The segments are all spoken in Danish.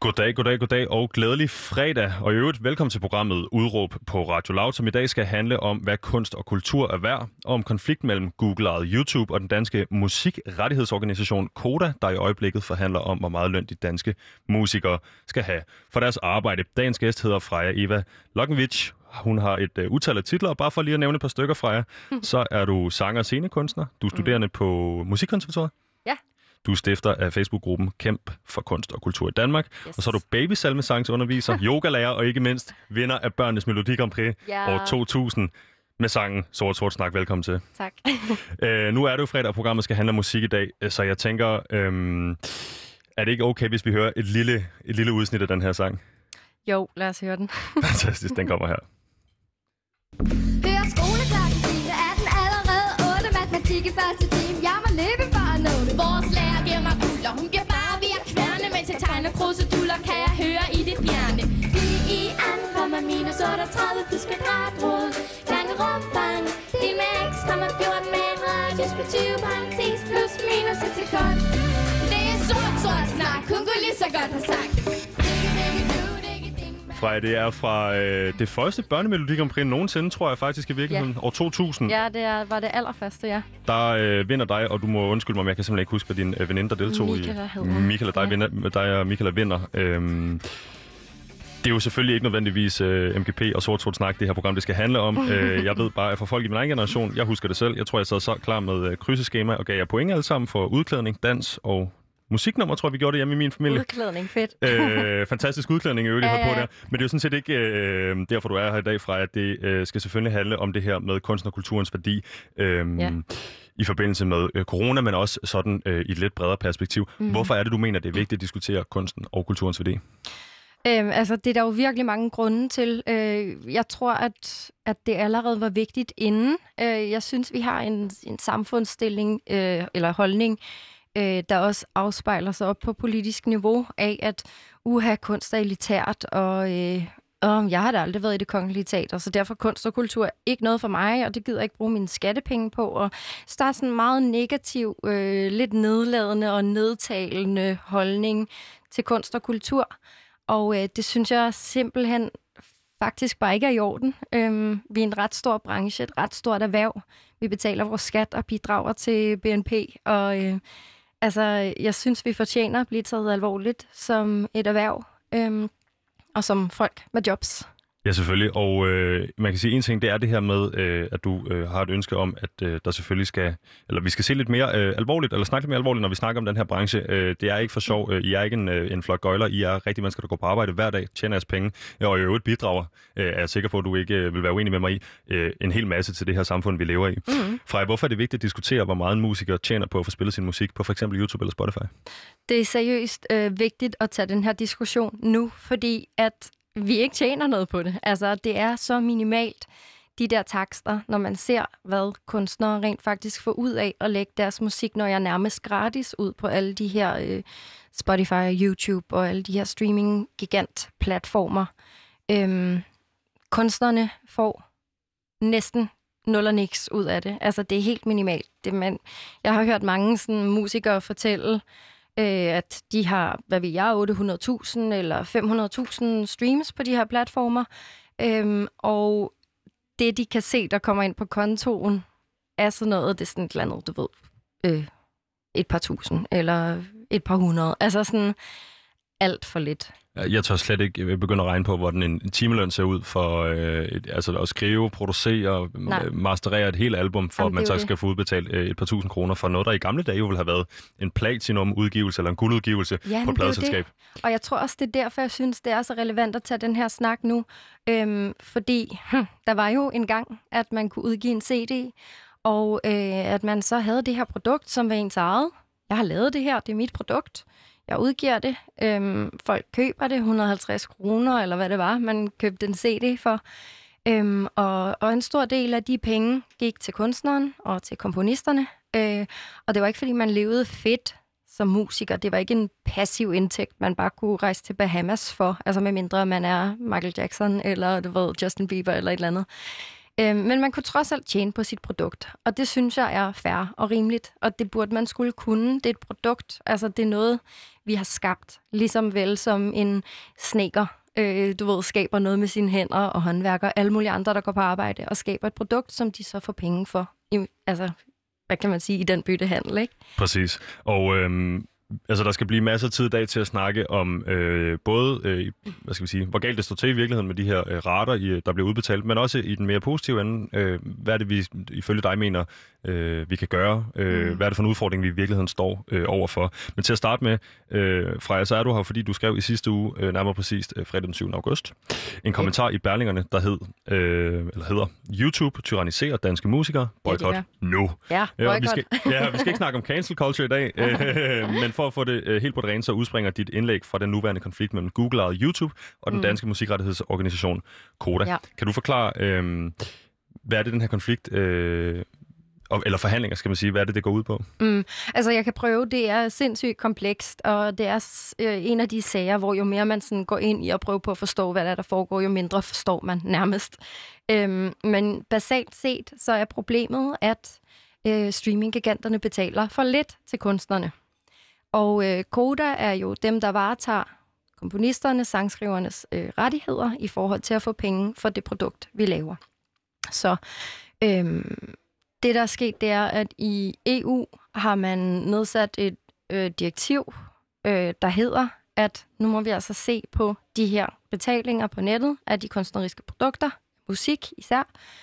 Goddag og glædelig fredag. Og i øvrigt velkommen til programmet Udråb på Radio Loud, som i dag skal handle om, hvad kunst og kultur er værd, og om konflikt mellem Google-ejet YouTube og den danske musikrettighedsorganisation Koda, der i øjeblikket forhandler om, hvor meget løn de danske musikere skal have for deres arbejde. Dagens gæst hedder Freja Eva Lokkenwitz. Hun har et utal af titler, og bare for lige at nævne et par stykker, Freja, så er du sanger og scenekunstner. Du er studerende på Musikkonservatoriet. Ja. Du er stifter af Facebook-gruppen Kæmp for kunst og kultur i Danmark. Yes. Og så er du babysalmesangsunderviser, yogalærer og ikke mindst vinder af Børnenes Melodi Grand Prix år 2000 med sangen Sort Snak. Velkommen til. Tak. Nu er det jo fredag, og programmet skal handle om musik i dag, så jeg tænker, er det ikke okay, hvis vi hører et lille udsnit af den her sang? Jo, lad os høre den. Fantastisk, den kommer her. Hør skoleklokken time, er den allerede 8. Matematik i første time, jeg må løbe for at nå det. Vores lærer giver mig guller, hun giver bare via kværne, mens jeg tegner kruseduller, kan jeg høre i det fjerne. Vi i ankommer minus 38 plus kvadratråd, gange rumfang, det med x, 14 med en radius på 20 parentes plus minus et sekund. Det er sort snak, hun kunne lige så godt have sagt. Freja, det er fra det første Børnemelodi Grand Prix nogensinde, tror jeg faktisk i virkeligheden, år 2000. Ja, var det allerførste, ja. Der vinder dig, og du må undskylde mig, men jeg kan simpelthen ikke huske, hvad din veninde, der deltog Michaela dig og Michaela vinder. Det er jo selvfølgelig ikke nødvendigvis MGP og Sort Snak, det her program, det skal handle om. Jeg ved bare, at for folk i min egen generation, jeg husker det selv. Jeg tror, jeg sad så klar med krydseskema og gav jer point alle sammen for udklædning, dans og musiknummer, tror jeg, vi gjorde det hjemme i min familie. Udklædning, fedt. Fantastisk udklædning, jeg har på der. Men det er jo sådan set ikke derfor, du er her i dag, fra at det skal selvfølgelig handle om det her med kunst og kulturens værdi i forbindelse med corona, men også sådan i et lidt bredere perspektiv. Hvorfor er det, du mener, det er vigtigt at diskutere kunsten og kulturens værdi? Det er der jo virkelig mange grunde til. Jeg tror, at det allerede var vigtigt inden. Jeg synes, vi har en samfundsstilling eller holdning, der også afspejler sig op på politisk niveau af, at kunst er elitært, og jeg har da aldrig været i Det Kongelige Teater, så derfor kunst og kultur er ikke noget for mig, og det gider jeg ikke bruge mine skattepenge på. Og så der er sådan en meget negativ, lidt nedladende og nedtalende holdning til kunst og kultur, og det synes jeg simpelthen faktisk bare ikke er i orden. Vi er en ret stor branche, et ret stort erhverv. Vi betaler vores skat og bidrager til BNP, og jeg synes, vi fortjener at blive taget alvorligt som et erhverv, og som folk med jobs. Ja, selvfølgelig. Og man kan sige en ting, det er det her med, at du har et ønske om, at der selvfølgelig vi skal se lidt mere alvorligt, eller snakke lidt mere alvorligt, når vi snakker om den her branche. Det er ikke for sjov. I er ikke en flok gøjler. I er rigtig mennesker, der går på arbejde hver dag, tjener jeres penge, og i øvrigt bidrager, er jeg sikker på, at du ikke vil være uenig med mig i, en hel masse til det her samfund, vi lever i. Mm-hmm. Freja, hvorfor er det vigtigt at diskutere, hvor meget en musiker tjener på at få spillet sin musik på f.eks. YouTube eller Spotify? Det er seriøst vigtigt at tage den her diskussion nu, fordi at vi ikke tjener noget på det. Altså, det er så minimalt, de der takster, når man ser, hvad kunstnere rent faktisk får ud af at lægge deres musik, når jeg nærmest gratis ud på alle de her Spotify og YouTube og alle de her streaming-gigant-platformer. Kunstnerne får næsten nul og niks ud af det. Altså, det er helt minimalt. Jeg har hørt mange sådan, musikere fortælle, at de har, 800.000 eller 500.000 streams på de her platformer. Og det, de kan se, der kommer ind på kontoen, er sådan noget, det er sådan et eller andet, du ved, et par tusind eller et par hundrede. Altså sådan alt for lidt. Jeg tør slet ikke begynde at regne på, hvordan en timeløn ser ud for at skrive, producere, masterere et helt album, for at man så skal få udbetalt et par tusind kroner for noget, der i gamle dage jo ville have været en platinum-udgivelse eller en guldudgivelse på et pladeselskab. Og jeg tror også, det er derfor, jeg synes, det er så relevant at tage den her snak nu. Fordi der var jo en gang, at man kunne udgive en CD, og at man så havde det her produkt, som var ens eget. Jeg har lavet det her, det er mit produkt. Jeg udgiver det. Folk køber det, 150 kroner, eller hvad det var, man købte en CD for. Og en stor del af de penge gik til kunstneren og til komponisterne. Og det var ikke, fordi man levede fedt som musiker. Det var ikke en passiv indtægt, man bare kunne rejse til Bahamas for. Altså med mindre man er Michael Jackson, eller du ved, Justin Bieber, eller et eller andet. Men man kunne trods alt tjene på sit produkt, og det synes jeg er fair og rimeligt, og det burde man skulle kunne. Det er et produkt, altså det er noget, vi har skabt, ligesom vel som en snedker, skaber noget med sine hænder og håndværker, alle mulige andre, der går på arbejde og skaber et produkt, som de så får penge for. Altså, hvad kan man sige, i den byttehandel, ikke? Præcis. Og der skal blive masser af tid i dag til at snakke om hvor galt det står til i virkeligheden med de her rater, der bliver udbetalt, men også i den mere positive ende. Hvad er det, vi ifølge dig mener, vi kan gøre? Hvad er det for en udfordring, vi i virkeligheden står overfor? Men til at starte med, Freja, så er du her, fordi du skrev i sidste uge, nærmere præcist fredag den 7. august, en kommentar i Berlingerne, der hedder YouTube tyranniserer danske musikere. Boykot nu. Ja, boykot. Vi skal ikke snakke om cancel culture i dag, men for at få det helt på det rene, så udspringer dit indlæg fra den nuværende konflikt mellem Google og YouTube og den danske musikrettighedsorganisation Koda. Ja. Kan du forklare, hvad er det, den her konflikt, eller forhandlinger, skal man sige, hvad er det går ud på? Altså, jeg kan prøve. Det er sindssygt komplekst, og det er en af de sager, hvor jo mere man sådan går ind i at prøve på at forstå, hvad der foregår, jo mindre forstår man nærmest. Men basalt set, så er problemet, at streaminggiganterne betaler for lidt til kunstnerne. Og Koda er jo dem, der varetager komponisternes, sangskrivernes rettigheder i forhold til at få penge for det produkt, vi laver. Så det, der er sket, det er, at i EU har man nedsat et direktiv, der hedder, at nu må vi altså se på de her betalinger på nettet af de kunstneriske produkter, musik især,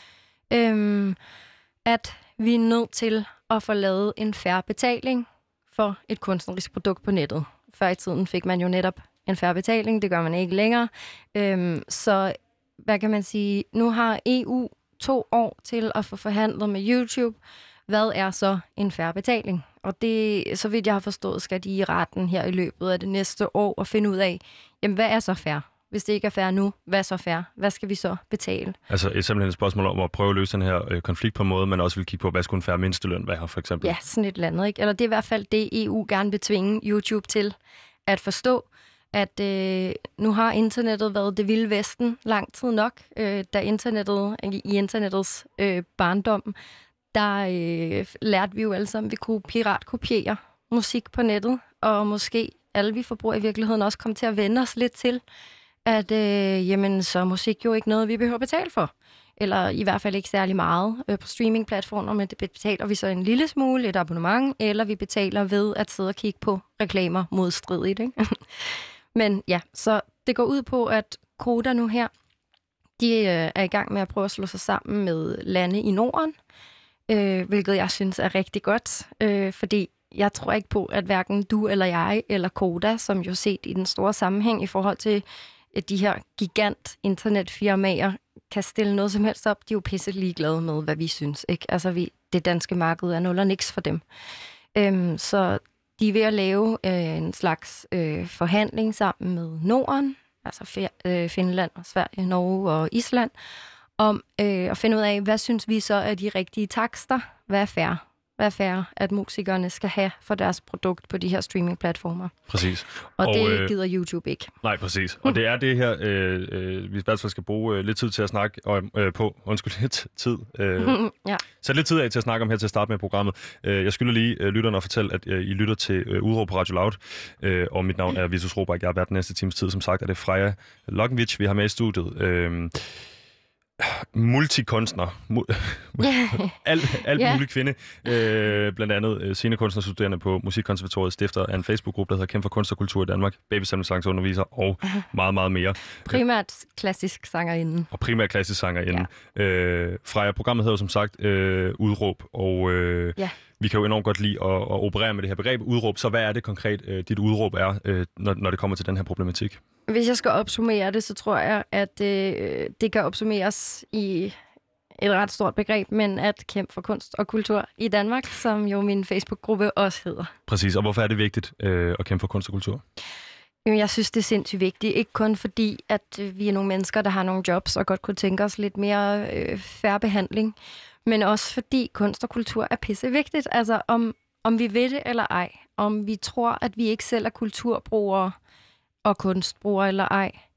at vi er nødt til at få lavet en fair betaling for et kunstnerisk produkt på nettet. Før i tiden fik man jo netop en fair betaling, det gør man ikke længere. Så hvad kan man sige, nu har EU 2 år til at få forhandlet med YouTube. Hvad er så en fair betaling? Og det, så vidt jeg har forstået, skal de i retten her i løbet af det næste år og finde ud af, jamen hvad er så fair? Hvis det ikke er fair nu, hvad er så fair? Hvad skal vi så betale? Altså simpelthen et spørgsmål om at prøve at løse den her konflikt på en måde, men også vil kigge på, hvad skulle en fair mindsteløn være, for eksempel? Ja, sådan et eller andet, ikke? Eller det er i hvert fald det, EU gerne vil tvinge YouTube til at forstå, at nu har internettet været det vilde vesten lang tid nok. Da internettets barndom, der lærte vi jo alle sammen, at vi kunne piratkopiere musik på nettet, og måske alle vi forbrugere i virkeligheden også kom til at vende os lidt til, at så er musik jo ikke noget, vi behøver at betale for. Eller i hvert fald ikke særlig meget på streamingplatformer, men det betaler vi så en lille smule, et abonnement, eller vi betaler ved at sidde og kigge på reklamer modstridigt, ikke? Men ja, så det går ud på, at Koda nu her, de er i gang med at prøve at slå sig sammen med lande i Norden, hvilket jeg synes er rigtig godt, fordi jeg tror ikke på, at hverken du eller jeg eller Koda, som jo set i den store sammenhæng i forhold til de her gigant internetfirmaer, kan stille noget som helst op. De er jo pisse ligeglade med, hvad vi synes, ikke? Altså, det danske marked er nul og niks for dem. Så de er ved at lave en slags forhandling sammen med Norden, altså Finland, Sverige, Norge og Island, om at finde ud af, hvad synes vi så er de rigtige takster? Hvad er fair? Hvad er fair, at musikerne skal have for deres produkt på de her streamingplatformer? Præcis. Og det gider YouTube ikke. Nej, præcis. Og det er det her, vi i hvert fald skal bruge lidt tid til at snakke på. Undskyld, lidt tid. Ja. Sæt lidt tid af til at snakke om her til at starte med programmet. Jeg skylder lige lytterne at fortælle, at I lytter til Udråb på Radio Loud. Og mit navn er Vitus Robak. Jeg har været den næste times tid. Som sagt er det Freja Lokkenwitz, vi har med i studiet. Multikunstner. Alt mulig kvinde. Blandt andet scenekunstnerstuderende på Musikkonservatoriet, stifter af en Facebook-gruppe, der hedder Kæmpe for Kunst og Kultur i Danmark, babysamlingssangsunderviser og meget, meget mere. Primært klassisk sangerinde. Og primært klassisk sangerinde. Ja. Freja, programmet hedder som sagt Udråb, og vi kan jo enormt godt lide at operere med det her begreb udråb. Så hvad er det konkret, dit udråb er, når det kommer til den her problematik? Hvis jeg skal opsummere det, så tror jeg, at det kan opsummeres i et ret stort begreb, men at kæmpe for kunst og kultur i Danmark, som jo min Facebook-gruppe også hedder. Præcis, og hvorfor er det vigtigt at kæmpe for kunst og kultur? Jeg synes, det er sindssygt vigtigt. Ikke kun fordi, at vi er nogle mennesker, der har nogle jobs og godt kunne tænke os lidt mere fair behandling, men også fordi kunst og kultur er pissevigtigt. Altså om vi ved det eller ej, om vi tror, at vi ikke selv er kulturbrugere og kunstbrugere eller ej,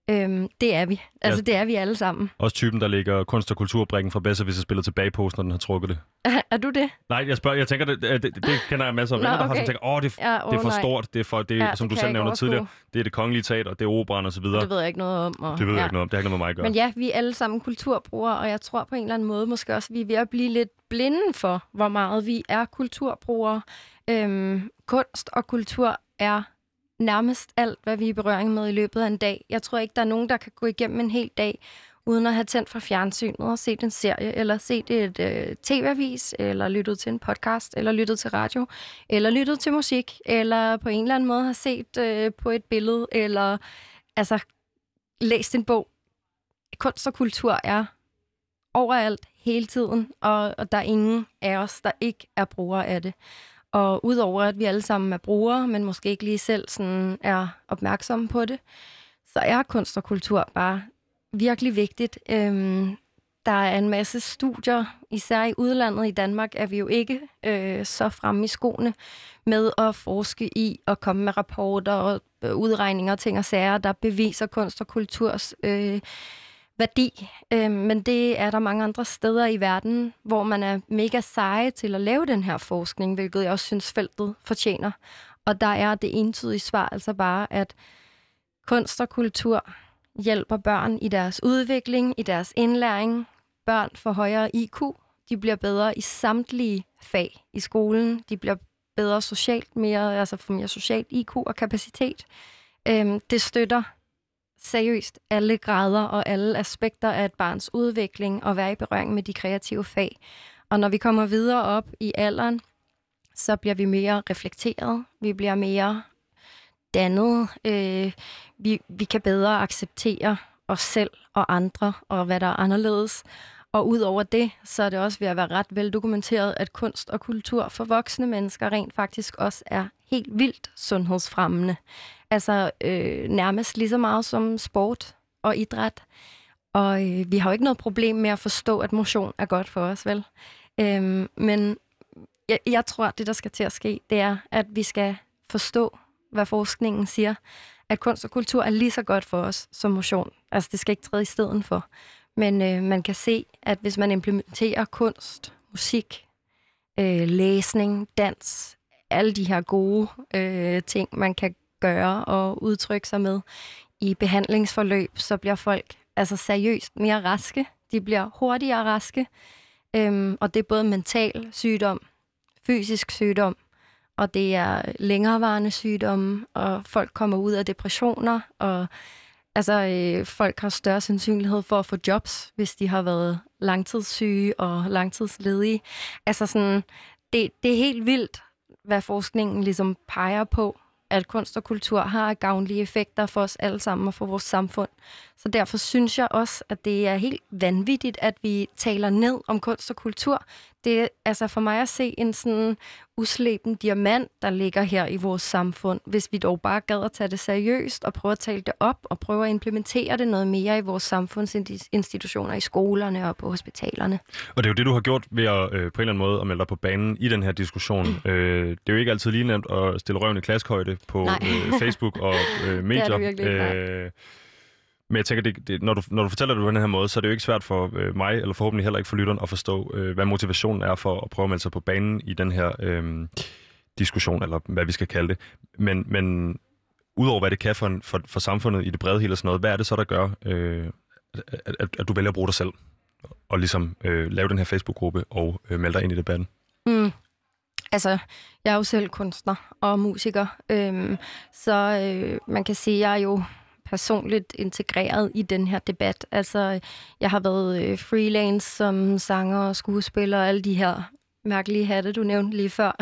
Det er vi. Altså, det er vi alle sammen. Også typen, der lægger kunst- og kulturbrikken fra bedste, hvis jeg spiller tilbage på, når den har trukket det. Er du det? Nej, jeg tænker, det kender jeg masser af venner, der har, som tænker, det er for stort, det er for, som du selv nævnte tidligere, det er det kongelige teater, det er operan og så videre. Det ved jeg ikke noget om. Det ved jeg ikke noget om, det har ikke noget med mig at gøre. Men ja, vi er alle sammen kulturbrugere, og jeg tror på en eller anden måde måske også, vi er ved at blive lidt blinde for, hvor meget vi er kulturbrugere. Kunst og kultur er nærmest alt, hvad vi er i berøring med i løbet af en dag. Jeg tror ikke, der er nogen, der kan gå igennem en hel dag, uden at have tændt fra fjernsynet og set en serie, eller set et tv-avis, eller lyttet til en podcast, eller lyttet til radio, eller lyttet til musik, eller på en eller anden måde har set på et billede, eller altså læst en bog. Kunst og kultur er overalt, hele tiden, og der er ingen af os, der ikke er brugere af det. Og udover at vi alle sammen er brugere, men måske ikke lige selv sådan er opmærksomme på det, så er kunst og kultur bare virkelig vigtigt. Der er en masse studier, især i udlandet. I Danmark er vi jo ikke så fremme i skoene med at forske i og komme med rapporter og udregninger og ting og sager, der beviser kunst og kulturs værdi. Men det er der mange andre steder i verden, hvor man er mega seje til at lave den her forskning, hvilket jeg også synes feltet fortjener. Og der er det entydige svar altså bare, at kunst og kultur hjælper børn i deres udvikling, i deres indlæring. Børn får højere IQ. De bliver bedre i samtlige fag i skolen. De bliver bedre socialt, får mere socialt IQ og kapacitet. Det støtter seriøst alle grader og alle aspekter af et barns udvikling og være i berøring med de kreative fag. Og når vi kommer videre op i alderen, så bliver vi mere reflekteret. Vi bliver mere dannet. Vi kan bedre acceptere os selv og andre, og hvad der er anderledes. Og udover det, så er det også ved at være ret veldokumenteret, at kunst og kultur for voksne mennesker rent faktisk også er helt vildt sundhedsfremmende. Altså nærmest lige så meget som sport og idræt. Og vi har jo ikke noget problem med at forstå, at motion er godt for os, vel? Men jeg tror, at det, der skal til at ske, det er, at vi skal forstå, hvad forskningen siger, at kunst og kultur er lige så godt for os som motion. Altså, det skal ikke træde i stedet for. Men man kan se, at hvis man implementerer kunst, musik, læsning, dans, alle de her gode ting, man kan gøre og udtrykke sig med i behandlingsforløb, så bliver folk altså seriøst mere raske. De bliver hurtigere raske, og det er både mental sygdom, fysisk sygdom, og det er længerevarende sygdomme, og folk kommer ud af depressioner, og folk har større sandsynlighed for at få jobs, hvis de har været langtidssyge og langtidsledige. Altså sådan, det er helt vildt, hvad forskningen ligesom peger på, at kunst og kultur har gavnlige effekter for os alle sammen og for vores samfund. Så derfor synes jeg også, at det er helt vanvittigt, at vi taler ned om kunst og kultur. Det er altså for mig at se en sådan usleben diamant, der ligger her i vores samfund. Hvis vi dog bare gad at tage det seriøst og prøve at tale det op og prøve at implementere det noget mere i vores samfundsinstitutioner, i skolerne og på hospitalerne. Og det er jo det, du har gjort ved at på en eller anden måde at melde dig på banen i den her diskussion. Det er jo ikke altid lige nemt at stille røven i klaskehøjde på Facebook og medier. Det er det virkelig. Men jeg tænker, når du fortæller det på den her måde, så er det jo ikke svært for mig, eller forhåbentlig heller ikke for lytteren, at forstå, hvad motivationen er for at prøve at melde sig på banen i den her diskussion, eller hvad vi skal kalde det. Men udover hvad det kan for samfundet i det brede hele og sådan noget, hvad er det så, der gør, at du vælger at bruge dig selv, og ligesom lave den her Facebook-gruppe og melde dig ind i debatten? Altså, jeg er jo selv kunstner og musiker, så man kan sige, at jeg er jo personligt integreret i den her debat. Altså, jeg har været freelance som sanger og skuespiller og alle de her mærkelige hatte, du nævnte lige før,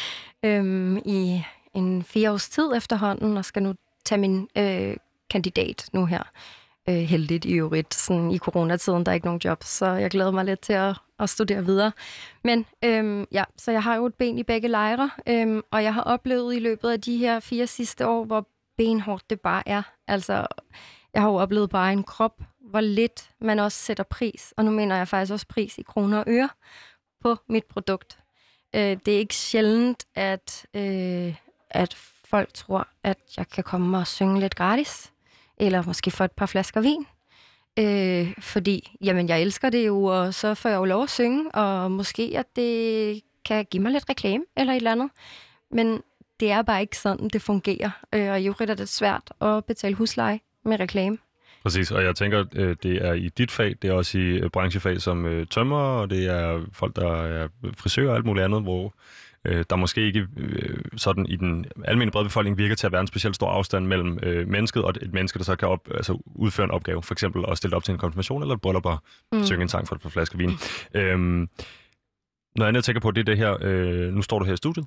i en 4 års tid efterhånden, og skal nu tage min kandidat nu her. Heldigt i øvrigt, sådan i coronatiden, der er ikke nogen job, så jeg glæder mig lidt til at studere videre. Men så jeg har jo et ben i begge lejre, og jeg har oplevet i løbet af de her 4 sidste år, hvor benhårdt det bare er. Altså, jeg har jo oplevet på egen krop, hvor lidt man også sætter pris, og nu mener jeg faktisk også pris i kroner og øre på mit produkt. Det er ikke sjældent, at folk tror, at jeg kan komme og synge lidt gratis, eller måske for et par flasker vin. Fordi, jamen, jeg elsker det jo, og så får jeg jo lov at synge, og måske, at det kan give mig lidt reklame, eller et eller andet. Men det er bare ikke sådan, det fungerer. Og i øvrigt er det svært at betale husleje med reklame. Præcis, og jeg tænker, det er i dit fag, det er også i branchefag som tømrer, og det er folk, der er frisører og alt muligt andet, hvor der måske ikke sådan i den almindelige brede befolkning virker til at være en specielt stor afstand mellem mennesket og et menneske, der så kan udføre en opgave, for eksempel at stille op til en konfirmation eller et bryllup og synge en sang for et par flasker vin. Noget andet, jeg tænker på, det er det her, nu står du her i studiet,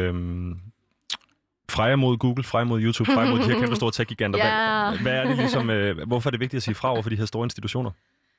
Freja mod Google, Freja mod YouTube, Freja mod de her kæmpe store tech-giganter. Yeah. Hvad er det ligesom, hvorfor er det vigtigt at sige fra over for de her store institutioner?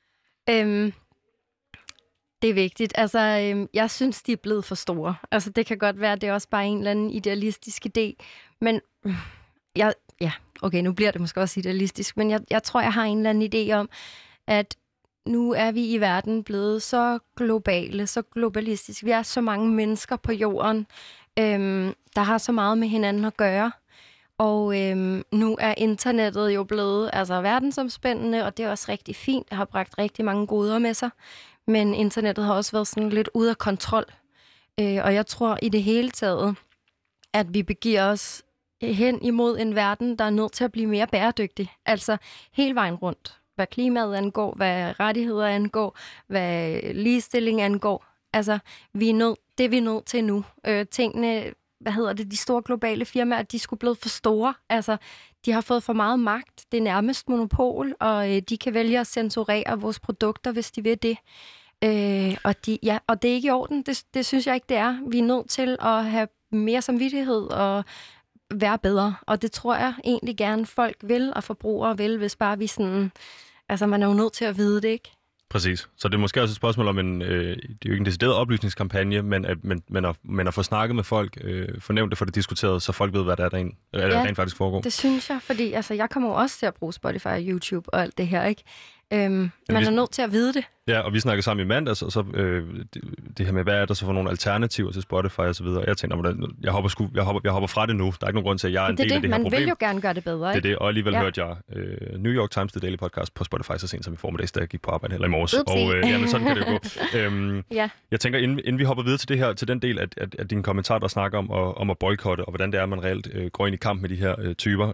Det er vigtigt. Altså, jeg synes, de er blevet for store. Altså, det kan godt være, at det er også bare en eller anden idealistisk idé. Men okay, nu bliver det måske også idealistisk, men jeg tror, jeg har en eller anden idé om, at nu er vi i verden blevet så globale, så globalistiske. Vi er så mange mennesker på jorden, der har så meget med hinanden at gøre. Og nu er internettet jo blevet verdensomspændende, og det er også rigtig fint. Det har bragt rigtig mange goder med sig. Men internettet har også været sådan lidt ude af kontrol. Og jeg tror i det hele taget, at vi begiver os hen imod en verden, der er nødt til at blive mere bæredygtig. Altså hele vejen rundt. Hvad klimaet angår, hvad rettigheder angår, hvad ligestilling angår. Altså, vi er nødt til nu. Tingene, de store globale firmaer, de skulle blive for store. Altså, de har fået for meget magt. Det er nærmest monopol, og de kan vælge at censurere vores produkter, hvis de vil det. Og det er ikke i orden. Det synes jeg ikke, det er. Vi er nødt til at have mere samvittighed og være bedre. Og det tror jeg egentlig gerne folk vil, og forbrugere vil, hvis bare vi sådan... Altså, man er jo nødt til at vide det, ikke? Præcis. Så det er måske også et spørgsmål om det er jo ikke en decideret oplysningskampagne, men at få snakket med folk, fornævnt det, få det diskuteret, så folk ved, hvad der rent faktisk foregår. Det synes jeg, fordi jeg kommer jo også til at bruge Spotify og YouTube og alt det her, ikke? Man er nødt til at vide det. Ja, og vi snakkede sammen i mandags, og så det her med, hvad er der så for nogle alternativer til Spotify og så videre. Jeg tænker, jeg hopper fra det nu. Der er ikke nogen grund til, at jeg er en del af det her problem. Man vil jo gerne gøre det bedre, ikke? Det er det, og alligevel hørte jeg New York Times The Daily Podcast på Spotify så sent som i formiddags, da jeg gik på arbejde eller i morges. Og men sådan kan det jo gå. Jeg tænker, inden vi hopper videre til det her, til den del af din kommentar, der snakker om at boykotte, og hvordan det er, man reelt går ind i kamp med de her typer,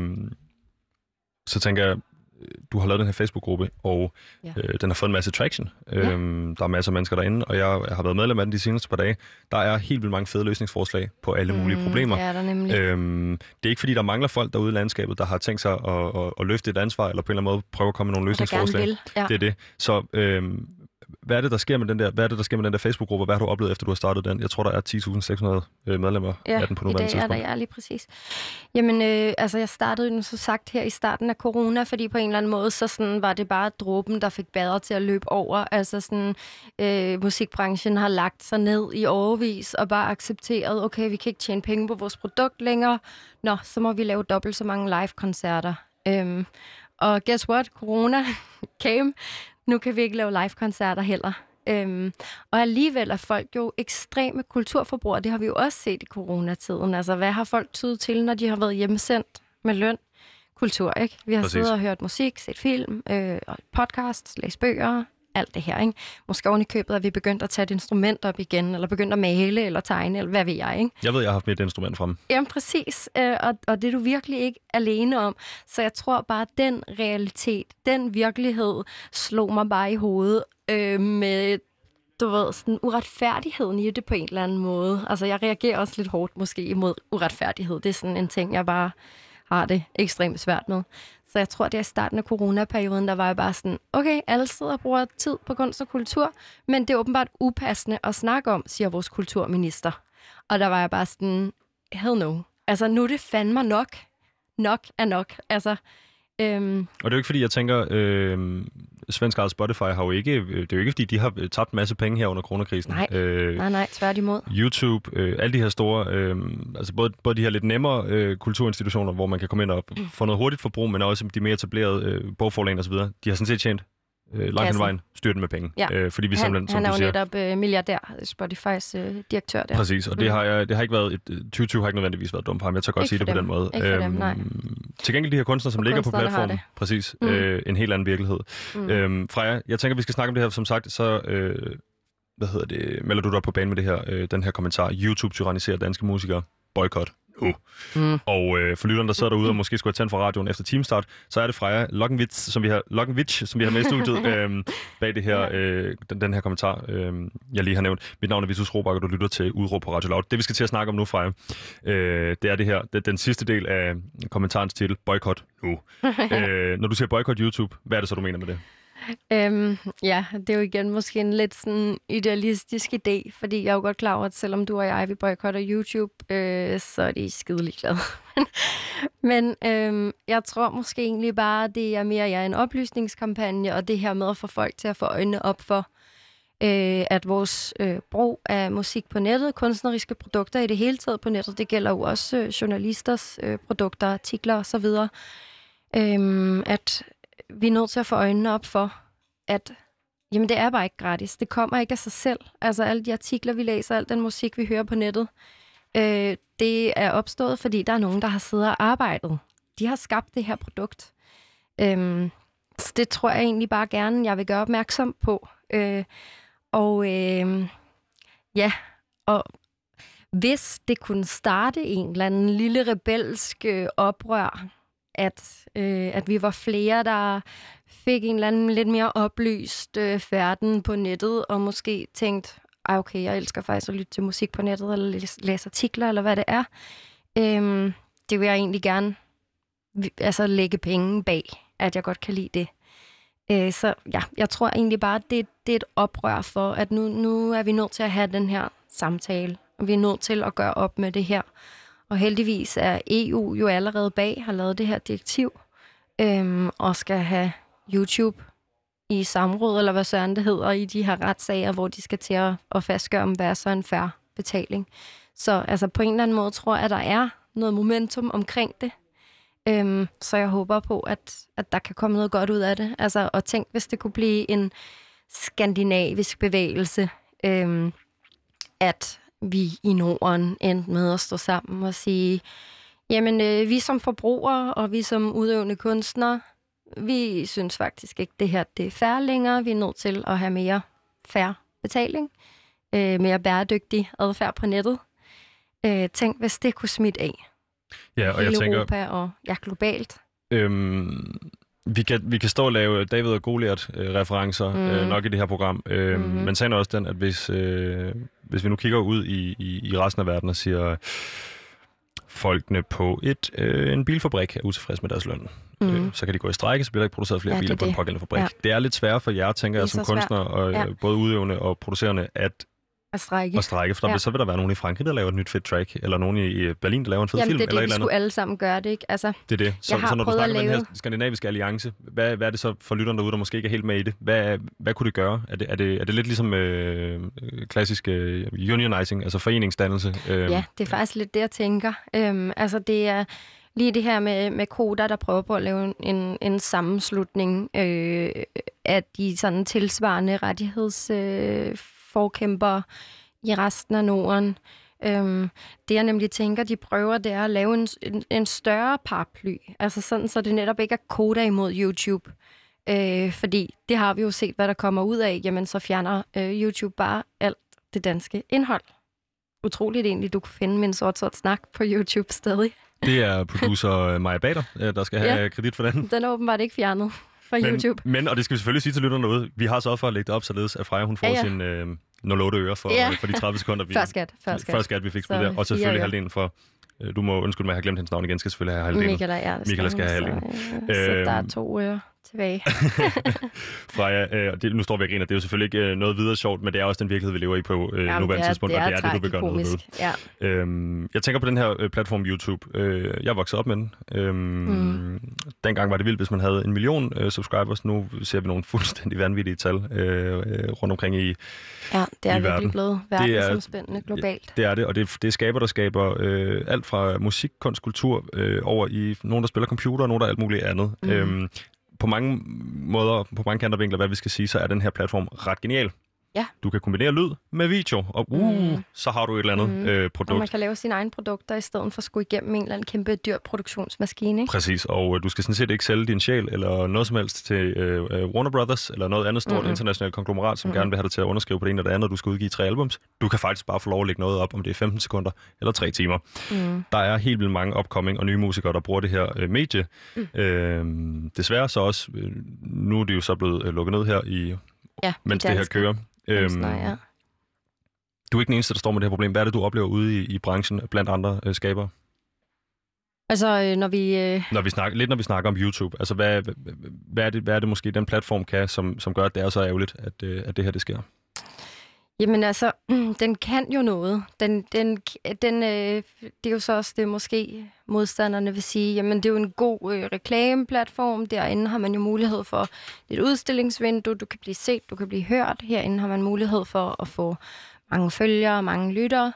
så tænker jeg, du har lavet den her Facebook-gruppe, og den har fået en masse traction. Der er masser af mennesker derinde, og jeg har været medlem af den de seneste par dage. Der er helt vildt mange fede løsningsforslag på alle mulige problemer. Ja, der nemlig. Det er ikke fordi, der mangler folk derude i landskabet, der har tænkt sig at løfte et ansvar, eller på en eller anden måde prøve at komme med nogle løsningsforslag. Det er det. Så hvad er det, der sker med den der Facebook-gruppe? Hvad har du oplevet, efter du har startet den? Jeg tror, der er 10.600 medlemmer af den på nuværende tidspunkt. Ja, der er lige præcis. Jamen, jeg startede den så sagt her i starten af corona, fordi på en eller anden måde, så sådan, var det bare dråben, der fik bader til at løbe over. Altså sådan, musikbranchen har lagt sig ned i årevis og bare accepteret, okay, vi kan ikke tjene penge på vores produkt længere. Nå, så må vi lave dobbelt så mange live-koncerter. Og guess what? Corona came. Nu kan vi ikke lave live-koncerter heller. Og alligevel er folk jo ekstreme kulturforbrugere. Det har vi jo også set i coronatiden. Altså, hvad har folk tydet til, når de har været hjemmesendt med løn? Kultur, ikke? Vi har siddet og hørt musik, set film, podcast, læst bøger, alt det her, ikke? Måske oven i købet er vi begyndt at tage et instrument op igen, eller begyndt at male eller tegne, eller hvad ved jeg, ikke? Jeg ved, jeg har haft mit instrument frem. Jamen, præcis. Og det er du virkelig ikke alene om. Så jeg tror bare, at den realitet, den virkelighed, slog mig bare i hovedet med, du ved, sådan uretfærdigheden i det på en eller anden måde. Altså, jeg reagerer også lidt hårdt måske imod uretfærdighed. Det er sådan en ting, jeg bare har det ekstremt svært med. Så jeg tror, det er i starten af coronaperioden, der var jeg bare sådan, okay, alle sidder og bruger tid på kunst og kultur, men det er åbenbart upassende at snakke om, siger vores kulturminister. Og der var jeg bare sådan, hell no. Altså, nu er det fandme nok. Nok er nok. Altså, Og det er jo ikke, fordi jeg tænker, svensk eget Spotify har jo ikke, det er jo ikke, fordi de har tabt en masse penge her under coronakrisen. Nej, tværtimod. YouTube, alle de her store, altså både de her lidt nemmere kulturinstitutioner, hvor man kan komme ind og få noget hurtigt forbrug, men også de mere etablerede bogforlag og så videre, de har sådan set tjent langt hen ad vejen styrer den med penge. Ja. Fordi vi simpelthen, som han er du jo siger... netop milliardær, Spotifys direktør der. Præcis, og det har ikke været 2020 har ikke nødvendigvis været dumt for ham. Jeg tør godt sige det på den måde. Ikke for dem, nej. Til gengæld de her kunstnere, som ligger på platformen, præcis, en helt anden virkelighed. Freja, jeg tænker, vi skal snakke om det her. Som sagt, så melder du dig på banen med det her, den her kommentar. YouTube tyranniserer danske musikere. Boykot. Og for lytterne, der sidder derude og måske skulle have tændt fra radioen efter teamstart, så er det Freja Lockenwitz, som vi har med i studiet bag det her, den her kommentar, jeg lige har nævnt. Mit navn er Vitus Robak, og du lytter til Udråb på Radio Loud. Det, vi skal til at snakke om nu, Freja, det er det her. Den sidste del af kommentarens titel, boykot nu. Når du siger boykot YouTube, hvad er det så, du mener med det? Ja, det er jo igen måske en lidt sådan idealistisk idé, fordi jeg er jo godt klar over, at selvom du og jeg, vi boykotter YouTube, så er de skidelig glade. Men jeg tror måske egentlig bare, at det er mere en oplysningskampagne, og det her med at få folk til at få øjnene op for, at vores brug af musik på nettet, kunstneriske produkter i det hele taget på nettet, det gælder jo også journalisters produkter, artikler osv., at vi er nødt til at få øjnene op for, at jamen, det er bare ikke gratis. Det kommer ikke af sig selv. Altså alle de artikler, vi læser, al den musik, vi hører på nettet, det er opstået, fordi der er nogen, der har siddet og arbejdet. De har skabt det her produkt. Så det tror jeg egentlig bare gerne, jeg vil gøre opmærksom på. Og hvis det kunne starte en eller anden lille rebelsk oprør, at vi var flere, der fik en eller anden lidt mere oplyst færden på nettet, og måske tænkte, okay, jeg elsker faktisk at lytte til musik på nettet, eller læse artikler, eller hvad det er. Det vil jeg egentlig gerne lægge penge bag, at jeg godt kan lide det. Så ja, jeg tror egentlig bare, at det er et oprør for, at nu er vi nødt til at have den her samtale, og vi er nødt til at gøre op med det her. Og heldigvis er EU jo allerede bag, har lavet det her direktiv, og skal have YouTube i samråd, eller hvad søren det hedder, i de her retssager, hvor de skal til at fastgøre, om hvad er så en fair betaling. Så altså, på en eller anden måde tror jeg, at der er noget momentum omkring det. Så jeg håber på, at der kan komme noget godt ud af det. Altså, og tænk, hvis det kunne blive en skandinavisk bevægelse, at vi i Norden endte med at stå sammen og sige, jamen, vi som forbrugere og vi som udøvende kunstnere, vi synes faktisk ikke, det her det er fair længere. Vi er nødt til at have mere fair betaling, mere bæredygtig adfærd på nettet. Tænk, hvis det kunne smitte af. Ja, og hele jeg tænker, Europa og globalt. Vi kan stå og lave David og Goliat-referencer nok i det her program, men sagen er også den, at hvis vi nu kigger ud i resten af verden og siger, folkene på en bilfabrik er utilfredse med deres løn, så kan de gå i strejke, så bliver der ikke produceret flere biler på den pågældende fabrik. Ja. Det er lidt svært for jer, tænker jeg, som kunstner, og både udøvende og producerende, at strække, for så vil der være nogen i Frankrig, der laver et nyt fedt track, eller nogen i Berlin, der laver en fed film, eller et eller andet. Vi skulle alle sammen gøre det, ikke? Altså, det er det. Så når du snakker med den her skandinaviske alliance, hvad er det så for lytterne derude, der måske ikke er helt med i det? Hvad kunne det gøre? Er det lidt ligesom klassisk unionizing, altså foreningsdannelse? Ja, det er faktisk lidt det, jeg tænker. Altså, det er lige det her med Koda, der prøver på at lave en sammenslutning af de sådan tilsvarende rettighedsforkæmpere i resten af Norden. Det jeg nemlig tænker, de prøver, det er at lave en større paraply. Altså sådan, så det netop ikke er Koda imod YouTube. Fordi det har vi jo set, hvad der kommer ud af. Jamen, så fjerner YouTube bare alt det danske indhold. Utroligt egentlig, du kunne finde min sort snak på YouTube stadig. Det er producer Maja Bader, der skal have kredit for den. Den er åbenbart ikke fjernet fra YouTube. Men, og det skal vi selvfølgelig sige til lytterne derude, vi har så for at lægge det op, således at Freja, hun får sin 08 øre for de 30 sekunder, før skat, vi fik spillet der. Og selvfølgelig halvdelen for, du må undskylde mig, jeg har glemt hendes navn igen, skal selvfølgelig have halvdelen. Michaela skal have halvdelen. Så der er 2 øre tilbage. Freja, nu står vi og griner, det er jo selvfølgelig ikke noget videre sjovt, men det er også den virkelighed, vi lever i på nuværende tidspunkt, og det er det, du vil gøre noget ved. Ja. Jeg tænker på den her platform YouTube. Jeg er vokset op med den. Dengang var det vildt, hvis man havde 1 million subscribers. Nu ser vi nogle fuldstændig vanvittige tal rundt omkring i det er virkelig blevet verdensomspændende globalt. Det er det, og det er skaber, der skaber alt fra musik, kunst, kultur over i nogen, der spiller computer, og nogen, der alt muligt andet. på mange måder, på mange kanter vinkler, hvad vi skal sige, så er den her platform ret genial. Ja. Du kan kombinere lyd med video, og så har du et eller andet produkt. Og man kan lave sine egne produkter, i stedet for at skulle igennem en eller anden kæmpe dyr produktionsmaskine, ikke? Præcis, og du skal sådan set ikke sælge din sjæl eller noget som helst til Warner Brothers eller noget andet stort internationalt konglomerat, som gerne vil have dig til at underskrive på det ene eller det andet, og du skal udgive 3 albums. Du kan faktisk bare få lov at lægge noget op, om det er 15 sekunder eller 3 timer. Der er helt vildt mange upcoming og nye musikere, der bruger det her medie. Desværre så også, nu er det jo så blevet lukket ned her mens det her kører. Du er ikke den eneste, der står med det her problem. Hvad er det, du oplever ude i branchen blandt andre skabere? Altså, når vi snakker om YouTube. Altså, hvad er det måske, den platform kan, som gør, at det er så ærgerligt, at det her det sker? Jamen altså, den kan jo noget. Det er jo så også det, måske modstanderne vil sige, jamen det er jo en god reklameplatform. Derinde har man jo mulighed for et udstillingsvindue. Du kan blive set, du kan blive hørt. Herinde har man mulighed for at få mange følgere, mange lyttere.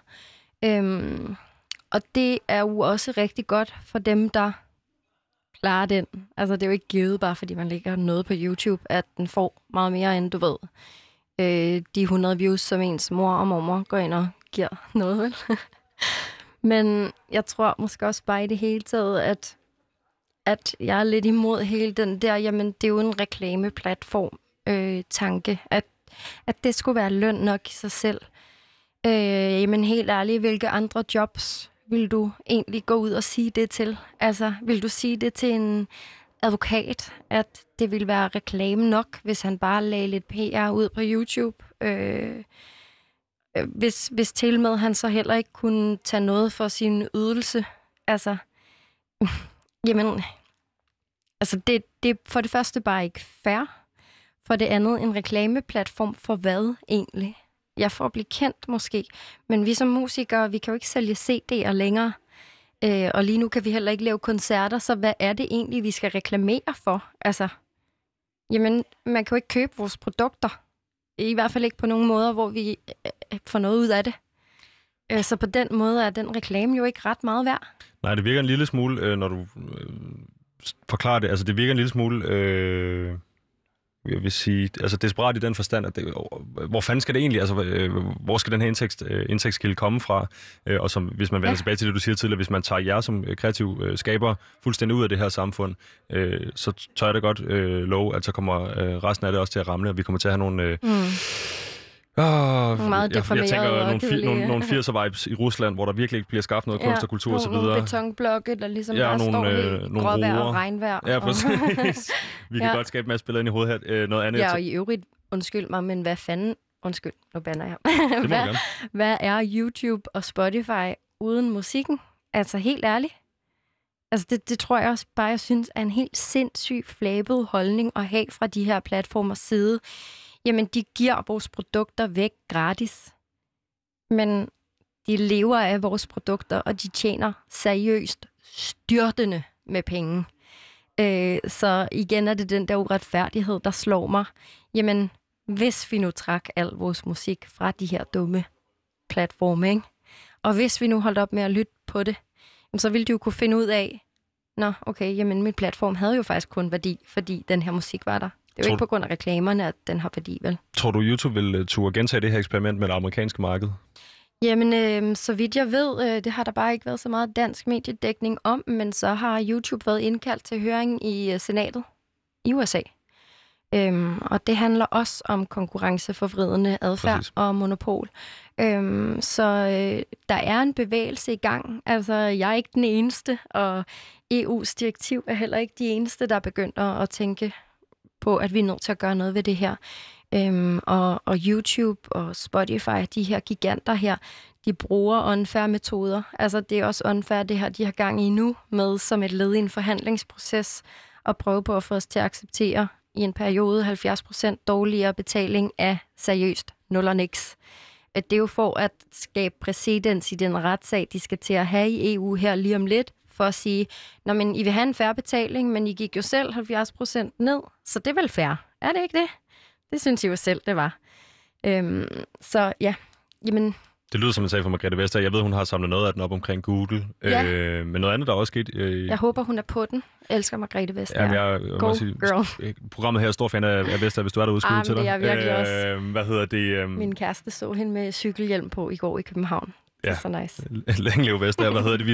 Og det er jo også rigtig godt for dem, der klarer den. Altså det er jo ikke givet, bare fordi man lægger noget på YouTube, at den får meget mere, end du ved. De 100 views, som ens mor og mormor går ind og giver noget, vel? Men jeg tror måske også bare i det hele taget, at jeg er lidt imod hele den der, jamen det er jo en reklameplatform tanke, at det skulle være løn nok i sig selv. Jamen helt ærligt, hvilke andre jobs vil du egentlig gå ud og sige det til? Altså, vil du sige det til en advokat, at det ville være reklame nok, hvis han bare lagde lidt PR ud på YouTube? Hvis til med han så heller ikke kunne tage noget for sin ydelse. Altså, jamen, altså det er for det første bare ikke fair. For det andet en reklameplatform for hvad egentlig? Jeg får at blive kendt måske, men vi som musikere, vi kan jo ikke sælge CD'er længere. Og lige nu kan vi heller ikke lave koncerter, så hvad er det egentlig, vi skal reklamere for? Altså, jamen, man kan jo ikke købe vores produkter. I hvert fald ikke på nogen måder, hvor vi får noget ud af det. Så på den måde er den reklame jo ikke ret meget værd. Nej, det virker en lille smule, når du forklarer det, altså det virker en lille smule... Jeg vil sige, altså desperat i den forstand, at hvor fanden skal det egentlig, altså hvor skal den her indtægtskilde komme fra? Og som, hvis man vender tilbage til det, du siger tidligere, hvis man tager jer som kreativ skaber fuldstændig ud af det her samfund, så tør jeg da godt love, at så kommer resten af det også til at ramle, og vi kommer til at have nogle... meget jeg tænker nogle 80'er-vibes i Rusland, hvor der virkelig ikke bliver skabt noget kunst og kultur og så videre. Nogle betonblokke, der ligesom bare står helt gråvejr og regnvejr. Ja, præcis. Vi kan godt skabe en masse billeder ind i hovedet her. Noget andet. Ja, og i øvrigt, undskyld mig, men hvad fanden... Undskyld, nu bander jeg. Hvad er YouTube og Spotify uden musikken? Altså helt ærligt. Altså det tror jeg også bare, jeg synes er en helt sindssyg flabet holdning at have fra de her platformers side. Jamen, de giver vores produkter væk gratis. Men de lever af vores produkter, og de tjener seriøst styrtende med penge. Så igen er det den der uretfærdighed, der slår mig. Jamen, hvis vi nu trak al vores musik fra de her dumme platforme, ikke? Og hvis vi nu holdt op med at lytte på det, så ville de jo kunne finde ud af, nå, okay, jamen min platform havde jo faktisk kun værdi, fordi den her musik var der. Det er jo ikke på grund af reklamerne, at den har værdi, vel? Tror du, YouTube vil turde gentage det her eksperiment med det amerikanske marked? Jamen, så vidt jeg ved, det har der bare ikke været så meget dansk mediedækning om, men så har YouTube været indkaldt til høring i senatet i USA. Og det handler også om konkurrenceforvridende adfærd og monopol. Så der er en bevægelse i gang. Altså, jeg er ikke den eneste, og EU's direktiv er heller ikke de eneste, der begynder at tænke på, at vi er nødt til at gøre noget ved det her. Og YouTube og Spotify, de her giganter her, de bruger unfair metoder. Altså, det er også unfair, det her, de har gang i nu, med som et led i en forhandlingsproces, og prøve på at få os til at acceptere i en periode 70% dårligere betaling af seriøst nul og niks. Det er jo for at skabe præcedens i den retssag, de skal til at have i EU her lige om lidt, for at sige, nå, men I vil have en fair betaling, men I gik jo selv 70% ned, så det er vel fair. Er det ikke det? Det synes I jo selv, det var. Så ja, jamen, Det lyder som en sag for Margrethe Vestager. Jeg ved, hun har samlet noget af den op omkring Google. Ja. Men noget andet, der er også sket... Jeg håber, hun er på den. Jeg elsker Margrethe Vestager. Jeg Go, sige, girl. Programmet her er stor fan af Vestager, hvis du er derude, skud til dig. det er virkelig også. Hvad hedder det? Min kæreste så hende med cykelhjelm på i går i København. Det er så nice. Længe leve Vestager. Hvad hedder det?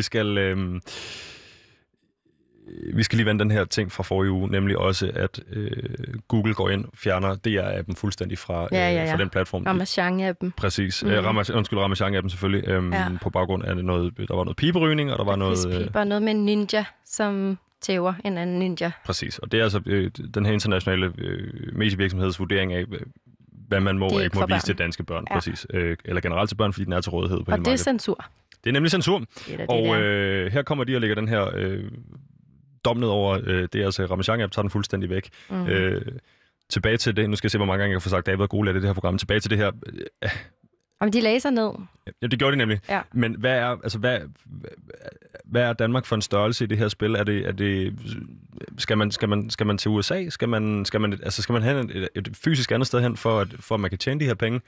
Vi skal lige vende den her ting fra forrige uge, nemlig også, at Google går ind og fjerner DR-appen fuldstændig fra den platform. Ramachan-appen. Præcis. Ramachan-appen selvfølgelig. På baggrund af der var noget piberygning, og der var noget med en ninja, som tæver en anden ninja. Præcis. Og det er altså den her internationale medievirksomheds vurdering af, hvad man må og ikke må vise til danske børn. Ja. Præcis. Eller generelt til børn, fordi den er til rådighed på hele markedet. Og det er censur. Det er nemlig censur. Her kommer de og lægger den her... dom ned over det, altså Ramachan-app tager den fuldstændig væk. Tilbage til det, nu skal jeg se, hvor mange gange jeg får sagt, David og Gole af det her program. Tilbage til det her. Om de læser ned. Ja, det gjorde de nemlig. Ja. Men hvad er Danmark for en størrelse i det her spil? Skal man til USA? Skal man have et fysisk andet sted hen, for at man kan tjene de her penge?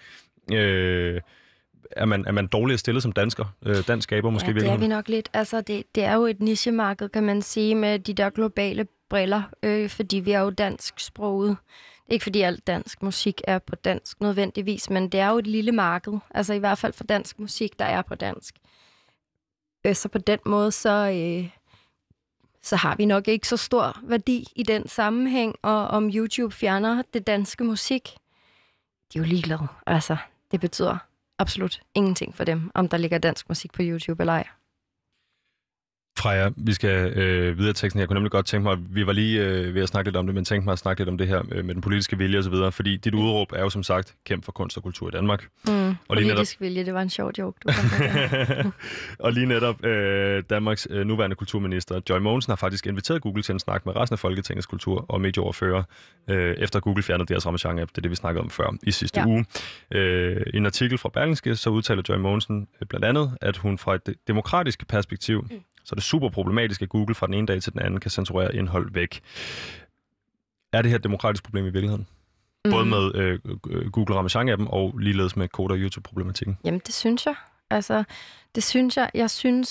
Er man dårligere stillet som dansker? Dansk skaber måske virkelig? Ja, det er vi nok lidt. Altså, det er jo et nichemarked, kan man sige, med de der globale briller, fordi vi er jo dansksproget. Ikke fordi alt dansk musik er på dansk nødvendigvis, men det er jo et lille marked. Altså i hvert fald for dansk musik, der er på dansk. Så på den måde, så har vi nok ikke så stor værdi i den sammenhæng, og om YouTube fjerner det danske musik, de er jo ligeglade. Altså, det betyder absolut ingenting for dem, om der ligger dansk musik på YouTube eller ej. Freja, vi skal videre teksten. Jeg kunne nemlig godt tænke mig, vi var lige ved at snakke lidt om det, men tænkte mig at snakke lidt om det her med den politiske vilje og så videre, fordi dit udråb er jo som sagt kæmp for kunst og kultur i Danmark. Og politisk vilje, det var en sjov joke, du kom Og lige netop Danmarks nuværende kulturminister, Joy Mogensen, har faktisk inviteret Google til en snak med resten af Folketingets kultur- og medieoverfører, efter Google fjernede deres Ramachan-app. Det er det, vi snakkede om før i sidste uge. I en artikel fra Berlingske, så udtaler Joy Mogensen blandt andet, at hun fra et demokratisk perspektiv så er det super problematisk, at Google fra den ene dag til den anden kan censurere indhold væk. Er det her et demokratisk problem i virkeligheden? Både med Google Ramachan-appen og ligeledes med Koda og YouTube-problematikken? Jamen, det synes jeg. Altså, det synes jeg. Jeg synes,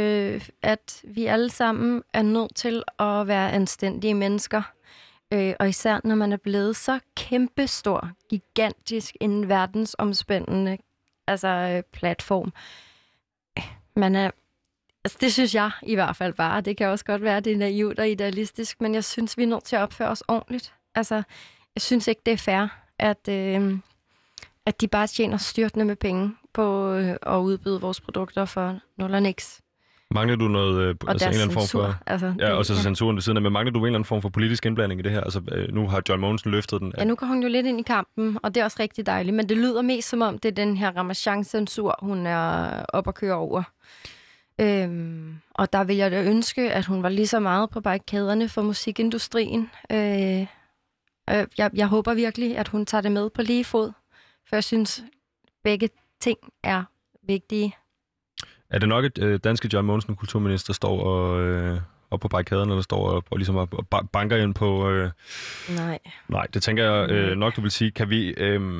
at vi alle sammen er nødt til at være anstændige mennesker. Og især når man er blevet så kæmpestor, gigantisk, en verdensomspændende platform. Man er... Altså, det synes jeg i hvert fald bare. Det kan også godt være, at det er naivt og idealistisk, men jeg synes, vi er nødt til at opføre os ordentligt. Altså, jeg synes ikke, det er fair, at de bare tjener styrtende med penge på at udbyde vores produkter for nul og niks. Mangler du noget, en eller anden form for... censuren ved siden af, men mangler du en eller anden form for politisk indblanding i det her? Altså, nu har Joy Mogensen løftet den. Ja, nu går hun jo lidt ind i kampen, og det er også rigtig dejligt, men det lyder mest som om, det er den her Ramachan-censur, hun er op at køre over. Og der vil jeg da ønske, at hun var lige så meget på barrikaderne for musikindustrien. Jeg håber virkelig, at hun tager det med på lige fod, for jeg synes, begge ting er vigtige. Er det nok, at danske Joy Mogensen, kulturminister, står op på barrikaderne, eller står og ligesom og banker ind på... Nej, det tænker jeg nok, du vil sige. Kan vi...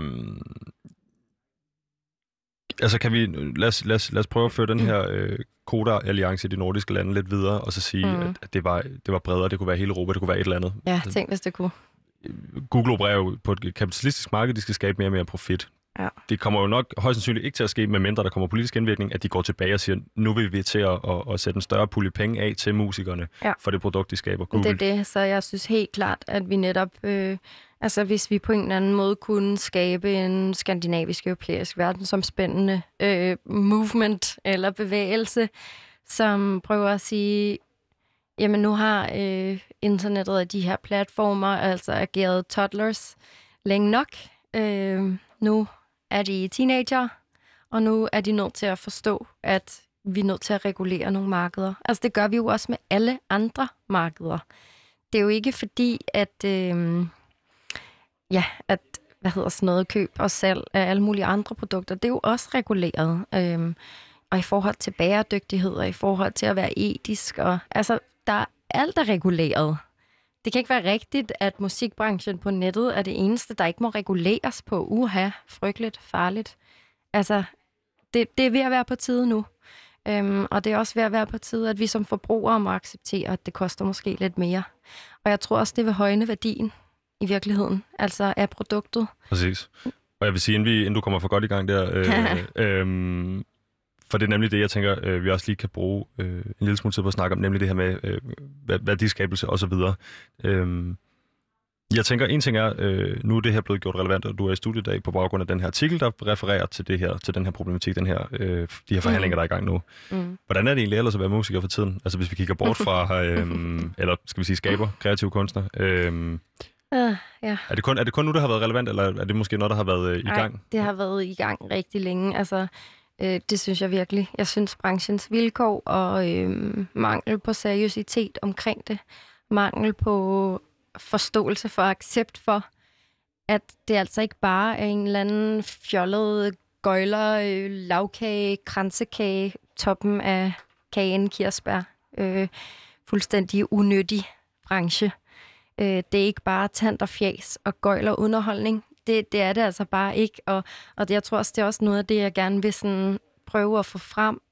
Lad os prøve at føre den her Koda-alliance i de nordiske lande lidt videre, og så sige, at det var bredere, det kunne være hele Europa, det kunne være et eller andet. Ja, tænk hvis det kunne. Google opererer jo på et kapitalistisk marked, de skal skabe mere og mere profit. Ja. Det kommer jo nok højst sandsynligt ikke til at ske, medmindre der kommer politisk indvirkning, at de går tilbage og siger, nu vil vi til at sætte en større pulje penge af til musikerne for det produkt, de skaber. Google. Det er det, så jeg synes helt klart, at vi netop... hvis vi på en eller anden måde kunne skabe en skandinavisk-europæisk verdensomspændende movement eller bevægelse, som prøver at sige, jamen nu har internettet og de her platformer altså ageret toddlers længe nok. Nu er de teenager, og nu er de nødt til at forstå, at vi er nødt til at regulere nogle markeder. Altså det gør vi jo også med alle andre markeder. Det er jo ikke fordi, at... køb og salg af alle mulige andre produkter, det er jo også reguleret. Og i forhold til bæredygtighed, og i forhold til at være etisk, og alt er reguleret. Det kan ikke være rigtigt, at musikbranchen på nettet er det eneste, der ikke må reguleres på. Frygteligt, farligt. Altså, det er ved at være på tide nu. Og det er også ved at være på tide, at vi som forbrugere må acceptere, at det koster måske lidt mere. Og jeg tror også, det vil højne værdien i virkeligheden, altså af produktet. Præcis. Og jeg vil sige, inden du kommer for godt i gang der, for det er nemlig det, jeg tænker, vi også lige kan bruge en lille smule tid på at snakke om, nemlig det her med værdiskabelse og så videre. Jeg tænker, en ting er, nu er det her blevet gjort relevant, og du er i studiet i dag på baggrund af den her artikel, der refererer til det her, til den her problematik, de her forhandlinger, der er i gang nu. Hvordan er det egentlig ellers at være musiker for tiden? Altså hvis vi kigger bort fra, eller skal vi sige skaber, kreative kunstnere. Ja. Er det kun nu, det har været relevant, eller er det måske noget, der har været i gang? Nej, det har været i gang rigtig længe. Altså, det synes jeg virkelig. Jeg synes, branchens vilkår og mangel på seriøsitet omkring det, mangel på forståelse for, accept for, at det altså ikke bare er en eller anden fjollet gøjler, lavkage, kransekage, toppen af kagen, kirsebær. Fuldstændig unødig branche. Det er ikke bare tant og fjas og gøjler underholdning. Det er det altså bare ikke. Og jeg tror også, det er også noget af det, jeg gerne vil sådan prøve at få frem.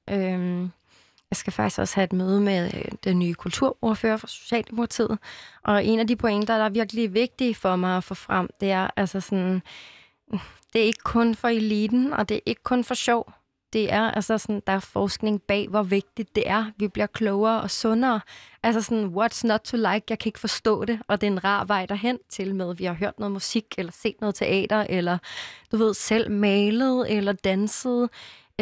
Jeg skal faktisk også have et møde med den nye kulturordfører for Socialdemokratiet. Og en af de pointer, der er virkelig vigtige for mig at få frem, det er altså sådan, det er ikke kun for eliten, og det er ikke kun for sjov. Det er altså sådan, der er forskning bag, hvor vigtigt det er. Vi bliver klogere og sundere. Altså sådan, what's not to like? Jeg kan ikke forstå det, og det er en rar vej derhen til med. Vi har hørt noget musik, eller set noget teater, eller du ved, selv malet, eller danset.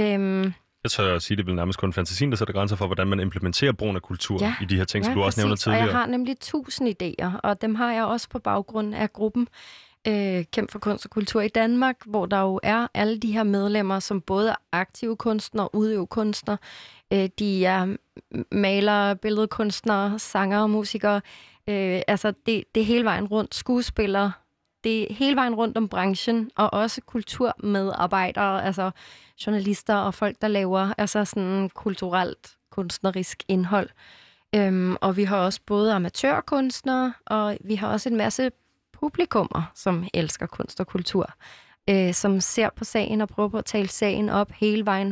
Jeg tør at sige, det er vel nærmest kun fantasien, der sætter grænser for, hvordan man implementerer brugen af kultur i de her ting, som du også nævner tidligere. Og jeg har nemlig 1000 idéer, og dem har jeg også på baggrund af gruppen Kæmp for kunst og kultur i Danmark, hvor der jo er alle de her medlemmer, som både er aktive kunstnere og udøvkunstnere. De er malere, billedkunstnere, sangere, musikere. Altså det er hele vejen rundt. Skuespillere. Det er hele vejen rundt om branchen, og også kulturmedarbejdere, altså journalister og folk, der laver altså sådan kulturelt, kunstnerisk indhold. Og vi har også både amatørkunstnere, og vi har også en masse publikummer, som elsker kunst og kultur, som ser på sagen og prøver på at tale sagen op hele vejen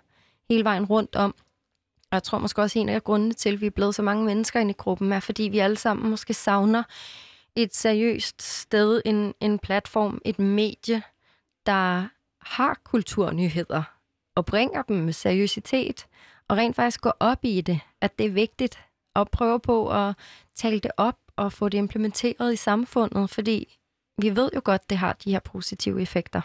rundt om. Og jeg tror måske også, en af grundene til, at vi er blevet så mange mennesker inde i gruppen, er, fordi vi alle sammen måske savner et seriøst sted, en platform, et medie, der har kulturnyheder og bringer dem med seriøsitet, og rent faktisk går op i det, at det er vigtigt at prøve på at tale det op og få det implementeret i samfundet, fordi vi ved jo godt, det har de her positive effekter.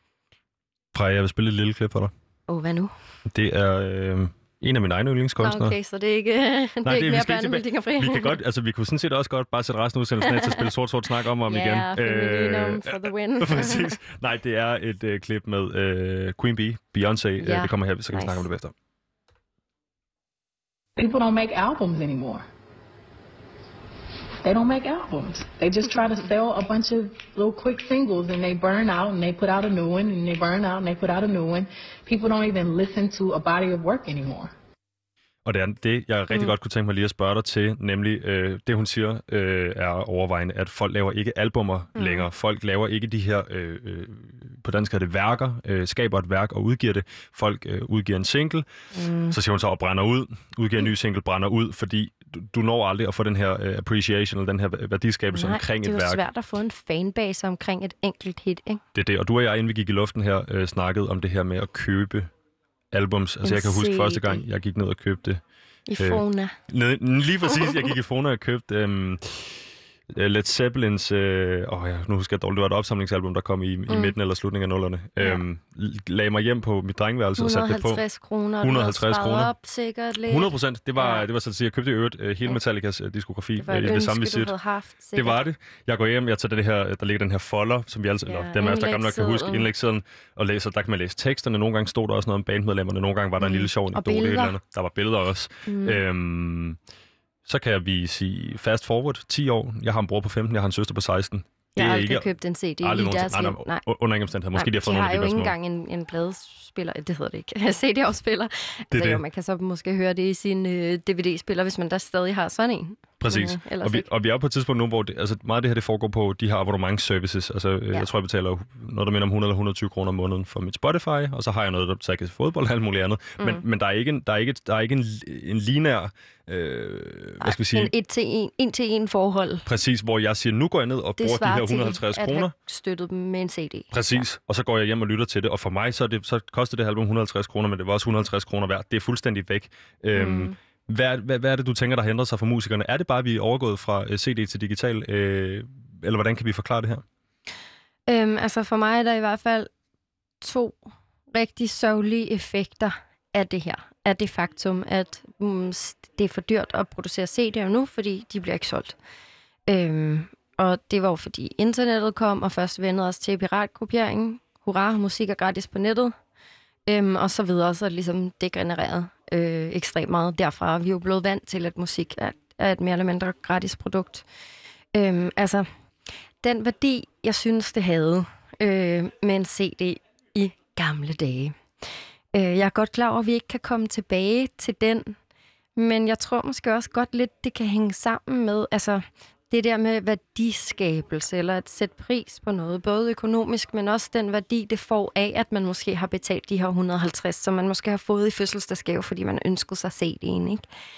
Freja, jeg vil spille et lille klip for dig. Hvad nu? Det er en af mine egne yndlingskunstnere. Okay, så det er ikke, det er ikke mere Børnemeldinger Fri. Vi kan godt, altså vi kunne sådan set også godt bare sætte resten af udsendelsen af til at spille sort snak om igen. Ja, Femininum for the win. Præcis. Nej, det er et klip med Queen Bee, Beyoncé. Det kommer her, så kan vi snakke om det efter. People don't make albums anymore. They don't make albums. They just try to sell a bunch of little quick singles, and they burn out, and they put out a new one, and they burn out, and they put out a new one. People don't even listen to a body of work anymore. Og det er det, jeg rigtig godt kunne tænke mig lige at spørge dig til, nemlig det, hun siger, er overvejende, at folk laver ikke albummer længere. Folk laver ikke de her, på dansk er det værker, skaber et værk og udgiver det. Folk udgiver en single, så siger hun så og brænder ud, udgiver en ny single, brænder ud, fordi du når aldrig at få den her appreciation, eller den her værdiskabelse omkring et værk. det er jo svært at få en fanbase omkring et enkelt hit, ikke? Det er det, og du og jeg, inden vi gik i luften her, snakkede om det her med at købe albums. Altså jeg kan huske første gang, jeg gik ned og købte i Fona. Lige præcis, jeg gik i Fona og købte Led Zeppelins, nu husker jeg dårligt, det var et opsamlingsalbum, der kom i midten eller slutningen af 0'erne. Lagde mig hjem på mit drengeværelse og satte det på. 150 kroner. 150 kroner. Op, sikkert lidt. 100%. Det var så at sige, jeg købte i øvrigt hele Metallicas diskografi det var et i det samme visit. Haft, det var det. Jeg går hjem, jeg tager det her, der ligger den her folder, som vi altså, eller dem af os, der gamle kan huske, indlægssiden, og læser. Der kan man læse teksterne. Nogle gange stod der også noget om bandmedlemmerne, nogle gange var der en lille sjov anekdote eller andet. Der var billeder også. Så kan vi sige fast forward 10 år. Jeg har en bror på 15, jeg har en søster på 16. Jeg har aldrig købt en CD i deres liv. Nej, under ingen omstændighed. Måske de har fået nogle af de har jo ikke engang en pladespiller. Det hedder det ikke. CD-afspiller. Altså, jo, man kan så måske høre det i sin DVD-spiller, hvis man der stadig har sådan en. Præcis. Og vi er på et tidspunkt nu, hvor meget af det her det foregår på de her abonnementsservices. Altså, jeg tror, jeg betaler noget, der minder om 100 eller 120 kroner om måneden for mit Spotify, og så har jeg noget, så jeg kan se fodbold og alt muligt andet. Men der er ikke en lineær, hvad skal vi sige? En til en forhold. Præcis, hvor jeg siger, nu går jeg ned og bruger de her 150 kroner. Det svarer til, at støttet dem med en CD. Præcis, og så går jeg hjem og lytter til det, og for mig så koster det her album 150 kroner, men det var også 150 kroner værd. Det er fuldstændig væk. Hvad er det, du tænker, der har ændret sig for musikerne? Er det bare, at vi er overgået fra CD til digital, eller hvordan kan vi forklare det her? Altså for mig er der i hvert fald 2 rigtig sørgelige effekter af det her. Af det faktum, at det er for dyrt at producere CD'er nu, fordi de bliver ikke solgt. Og det var jo fordi internettet kom, og først vendte os til piratkopiering. Hurra, musik er gratis på nettet. Og så videre, så er det ligesom degenereret ekstremt meget derfra. Vi er jo blevet vant til, at musik er et mere eller mindre gratis produkt. Altså, den værdi, jeg synes, det havde med en CD i gamle dage. Jeg er godt klar over, at vi ikke kan komme tilbage til den, men jeg tror måske også godt lidt, det kan hænge sammen med altså, det der med værdiskabelse, eller at sætte pris på noget, både økonomisk, men også den værdi, det får af, at man måske har betalt de her 150, som man måske har fået i fødselsdagsgave, fordi man ønskede sig CD'en,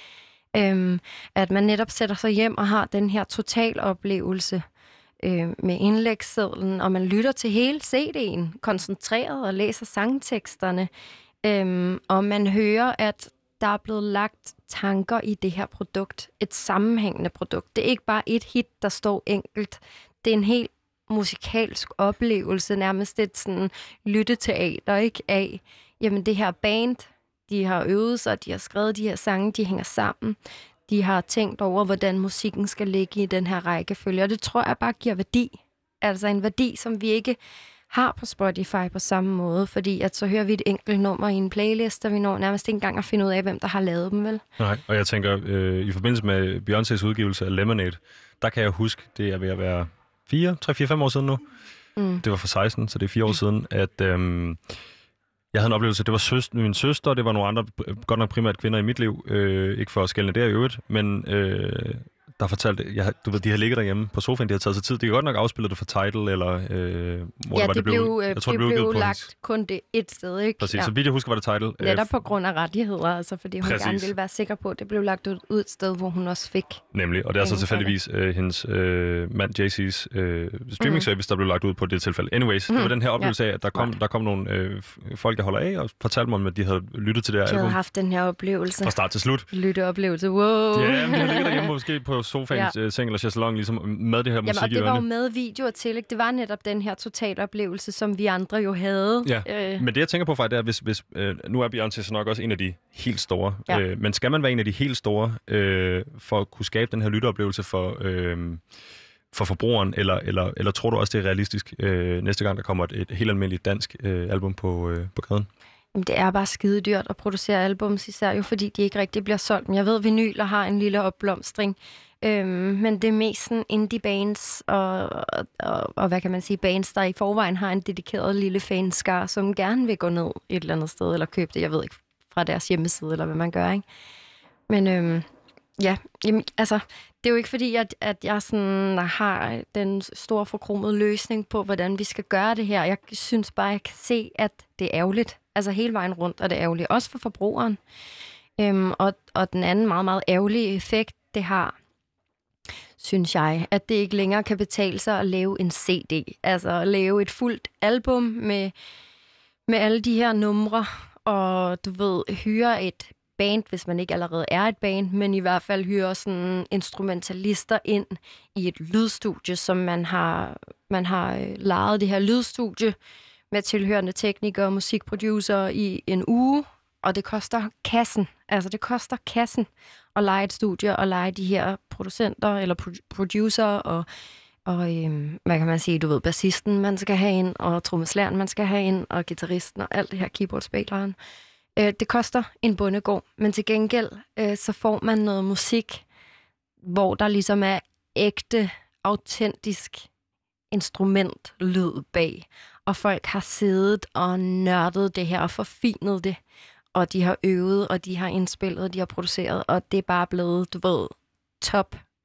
ikke? At man netop sætter sig hjem og har den her totaloplevelse med indlægssedlen, og man lytter til hele CD'en, koncentreret og læser sangteksterne, og man hører, at der er blevet lagt tanker i det her produkt. Et sammenhængende produkt. Det er ikke bare et hit, der står enkelt. Det er en helt musikalsk oplevelse, nærmest et sådan lytteteater, ikke? Af, jamen det her band, de har øvet sig, de har skrevet de her sange, de hænger sammen. De har tænkt over, hvordan musikken skal ligge i den her rækkefølge, og det tror jeg bare giver værdi. Altså en værdi, som vi ikke har på Spotify på samme måde, fordi at så hører vi et enkelt nummer i en playlist, og vi når nærmest ikke engang at finde ud af, hvem der har lavet dem, vel? Nej, og jeg tænker, i forbindelse med Beyoncés udgivelse af Lemonade, der kan jeg huske, det er ved at være 3-4-5 år siden nu. Det var for 16, så det er 4 år siden, at jeg havde en oplevelse, det var min søster, det var nogle andre, godt nok primært kvinder i mit liv, ikke for at skælne det i øvrigt, men der fortalte, du ved, de har ligget derhjemme på sofaen, de har taget sig tid. De kan godt nok afspille det for Tidal, eller hvor det blev, jeg tror, det blev lagt kun det et sted, ikke? Præcis, så vidt jeg husker, var det Tidal. Netop på grund af rettigheder, altså fordi hun gerne ville være sikker på, at det blev lagt ud et sted, hvor hun også fik. Nemlig, og det er så tilfældigvis hendes mand JC's streaming service, der blev lagt ud på det tilfælde. Anyways, det var den her oplevelse af, at der kom nogle folk, der holder af, og fortalte mig, at de havde lyttet til det her album. De havde haft den her oplevelse. Fra start til slut. Lytteoplevelse, wow. Ja, men de har ligget derhjemme måske på sofaens seng eller chaiselong, ligesom med det her musik. Jamen, og det var jo med videoer til, ikke? Det var netop den her totaloplevelse, som vi andre jo havde. Ja, men det jeg tænker på faktisk, det er, hvis nu er Beyoncé så nok også en af de helt store, men skal man være en af de helt store, for at kunne skabe den her lytteoplevelse for forbrugeren, eller tror du også, det er realistisk næste gang, der kommer et helt almindeligt dansk album på gaden? Jamen, det er bare skide dyrt at producere albums, især jo fordi de ikke rigtig bliver solgt. Men jeg ved, at vinyler har en lille opblomstring. Men det er mest sådan indie bands og hvad kan man sige, bands, der i forvejen har en dedikeret lille fanskare, som gerne vil gå ned et eller andet sted, eller købe det, jeg ved ikke, fra deres hjemmeside, eller hvad man gør, ikke? Men jamen, altså, det er jo ikke fordi, at jeg sådan har den store forkromede løsning på, hvordan vi skal gøre det her. Jeg synes bare, jeg kan se, at det er ærgerligt. Altså hele vejen rundt, og det er ærgerligt. Også for forbrugeren. Og den anden meget, meget ærgerlige effekt, det har, synes jeg, at det ikke længere kan betale sig at lave en CD. Altså at lave et fuldt album med alle de her numre, og du ved, hyre et band, hvis man ikke allerede er et band, men i hvert fald hyre sådan instrumentalister ind i et lydstudie, som man har lejet det her lydstudie med tilhørende teknikere og musikproducer i en uge, og det koster kassen. Altså det koster kassen at leje et studie og leje de her producenter eller producer og hvad kan man sige, du ved, bassisten man skal have ind, og trommeslageren man skal have ind, og guitaristen og alt det her keyboardspilleren. Det koster en bondegård, men til gengæld så får man noget musik, hvor der ligesom er ægte, autentisk instrumentlyd bag. Og folk har siddet og nørdet det her og forfinet det. Og de har øvet, og de har indspillet, og de har produceret, og det er bare blevet, du ved, top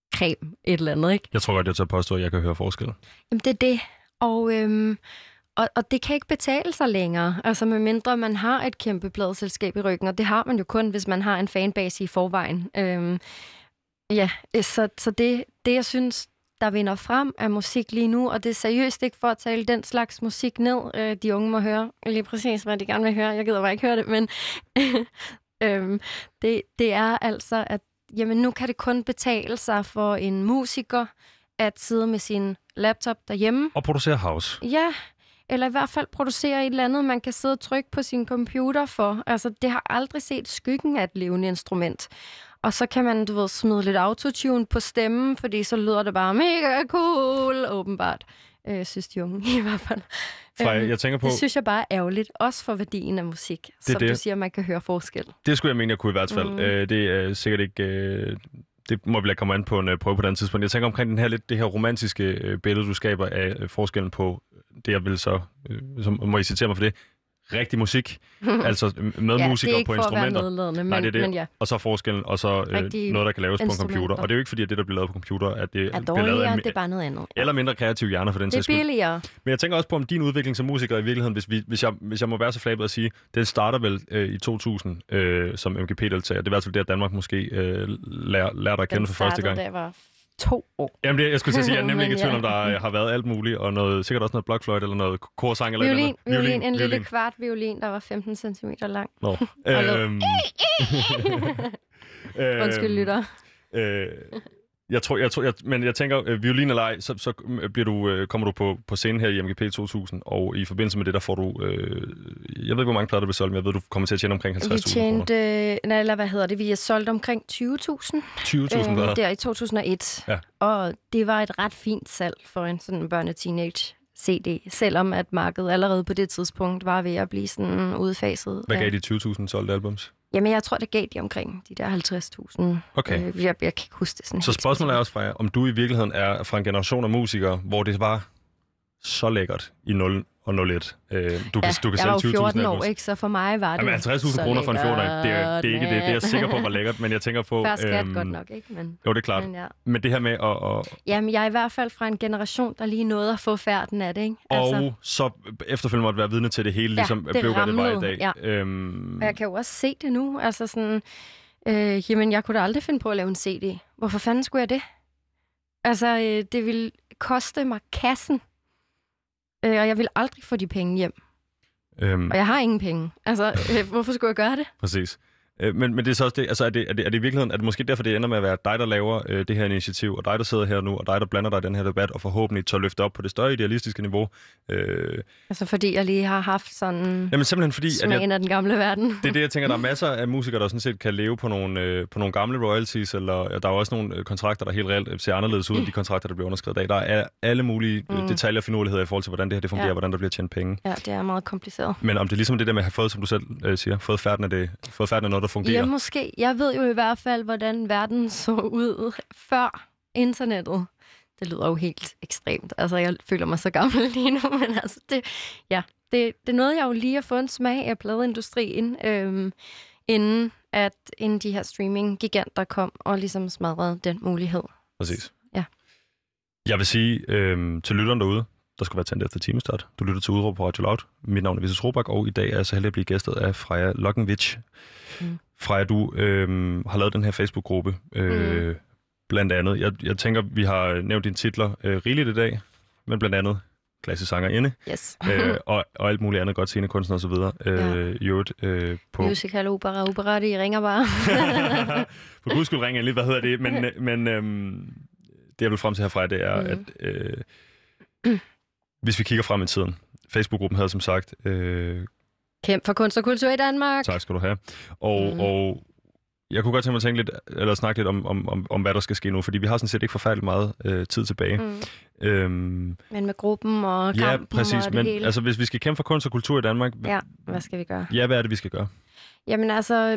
creme et eller andet, ikke? Jeg tror godt, jeg tør påstå, at jeg kan høre forskel. Jamen, det er det. Og det kan ikke betale sig længere, altså medmindre man har et kæmpe pladeselskab i ryggen, og det har man jo kun, hvis man har en fanbase i forvejen. Så det, jeg synes, der vinder frem af musik lige nu, og det er seriøst ikke for at tale den slags musik ned. De unge må høre lige præcis, hvad de gerne vil høre. Jeg gider bare ikke høre det, men det er altså, at jamen, nu kan det kun betale sig for en musiker at sidde med sin laptop derhjemme. Og producere house. Ja, eller i hvert fald producere et eller andet, man kan sidde og trykke på sin computer for. Altså, det har aldrig set skyggen af et levende instrument. Og så kan man, smide lidt autotune på stemmen, fordi så lyder det bare mega cool, åbenbart. Synes de unge i hvert fald. Freja, jeg tænker på... Det synes jeg bare er ærgerligt, også for værdien af musik, som du siger, man kan høre forskel. Det skulle jeg mene, jeg kunne i hvert fald. Det er sikkert ikke... Det må vi lade komme an på en prøve på den tidspunkt. Jeg tænker omkring det her romantiske billede, du skaber af forskellen på det, jeg vil så må I citere mig for det, rigtig musik, altså med musikere på instrumenter. Nej, det er det. Men ja. Og så forskellen, og så noget, der kan laves på en computer. Og det er jo ikke fordi, at det, der bliver lavet på computer, at det er dårligere, det er bare noget andet. Eller mindre kreative hjerner for den sags skyld. Det er billigere. Men jeg tænker også på, om din udvikling som musiker i virkeligheden, hvis jeg må være så flabet at sige, den starter vel i 2000 som MGP-deltager. Det er i hvert fald det, at Danmark måske lærer dig at kende for første gang. Den startede, da jeg var 2 år. Jamen, jeg skulle sige, at jeg er nemlig ikke i tvivl om, der har været alt muligt, og sikkert også noget blokfløjte eller noget korsang eller violin. En lille kvart violin, der var 15 cm lang. Nå. Undskyld, lytter. Men jeg tænker, violin eller ej, så kommer du på scenen her i MGP 2000, og i forbindelse med det, der får du... jeg ved ikke, hvor mange plader der bliver solgt, men jeg ved, du kommer til at tjene omkring 50.000 kroner. Vi har solgt omkring 20.000. 20.000 plader? Der i 2001. Ja. Og det var et ret fint salg for en sådan børne-teenage-CD, selvom at markedet allerede på det tidspunkt var ved at blive sådan udfaset. Hvad gav de 20.000 solgte albums? Jamen, jeg tror, det gav de omkring de der 50.000. Okay. Jeg kan ikke huske det sådan. Så spørgsmålet er også, Freja, om du i virkeligheden er fra en generation af musikere, hvor det var så lækkert i 0 og 01. Du kan jeg sælge 20.000 var 14 år, ikke? Så for mig var det. Jamen, 50.000 kroner for en 14-årig, det er ikke det. Det er jeg sikker på var lækkert, men jeg tænker på... Før skat godt nok, ikke? Men, jo, det er klart. Men det her med at... Jamen, jeg er i hvert fald fra en generation, der lige nåede at få færden af det, ikke? Og så efterfølgende måtte være vidne til det hele, ligesom det blev, hvad det var i dag. Ja. Og jeg kan jo også se det nu. Altså sådan... jamen, jeg kunne da aldrig finde på at lave en CD. Hvorfor fanden skulle jeg det? Altså, det ville koste mig kassen. Og jeg vil aldrig få de penge hjem. Og jeg har ingen penge. Altså, hvorfor skulle jeg gøre det? Præcis. Men det er så også det, altså er det i virkeligheden, er det måske derfor, det ender med at være dig, der laver det her initiativ, og dig, der sidder her nu, og dig, der blander dig i den her debat, og forhåbentlig tør løfte op på det større idealistiske niveau. Altså fordi jeg lige har haft sådan... Jamen simpelthen fordi... smagen af den gamle verden. Det er det, jeg tænker, der er masser af musikere, der sådan set kan leve på nogle gamle royalties, eller der er også nogle kontrakter, der helt reelt ser anderledes ud end de kontrakter, der bliver underskrevet i dag. Der er alle mulige detaljer og finurligheder i forhold til, hvordan det her det fungerer, hvordan der bliver tjent penge. Ja, det er meget kompliceret. Men om det er ligesom det der med at have fået, som du selv siger, fået færden af noget, der fungerer. Ja, måske. Jeg ved jo i hvert fald, hvordan verden så ud før internettet. Det lyder jo helt ekstremt. Altså, jeg føler mig så gammel lige nu, men altså, det er noget, jeg jo lige har fået en smag af pladeindustrien, inden de her streaming-giganter kom og ligesom smadrede den mulighed. Præcis. Ja. Jeg vil sige til lytteren derude, der skal være tændt efter timestart. Du lytter til Udråb på Radio Loud. Mit navn er Vitus Robak, og i dag er jeg så heldig at blive gæstet af Freja Lokkenwitch. Freja, du har lavet den her Facebook-gruppe, blandt andet. Jeg tænker, vi har nævnt dine titler rigeligt i dag, men blandt andet klassisk sangerinde, yes. og alt muligt andet godt scenekunstner og så videre. På musical, opera, de ringer bare. For guds skyld ringer lige, hvad hedder det? Men det jeg vil frem til herfra, det er, at hvis vi kigger frem i tiden, Facebook-gruppen havde som sagt... Kæmpe for kunst og kultur i Danmark. Tak skal du have. Og jeg kunne godt tænke mig at tænke lidt, eller snakke lidt om, hvad der skal ske nu, fordi vi har sådan set ikke forfærdeligt meget tid tilbage. Men med gruppen og kampen ja, præcis. Og det men hele. Altså, hvis vi skal kæmpe for kunst og kultur i Danmark... Ja, hvad skal vi gøre? Ja, hvad er det, vi skal gøre? Jamen altså,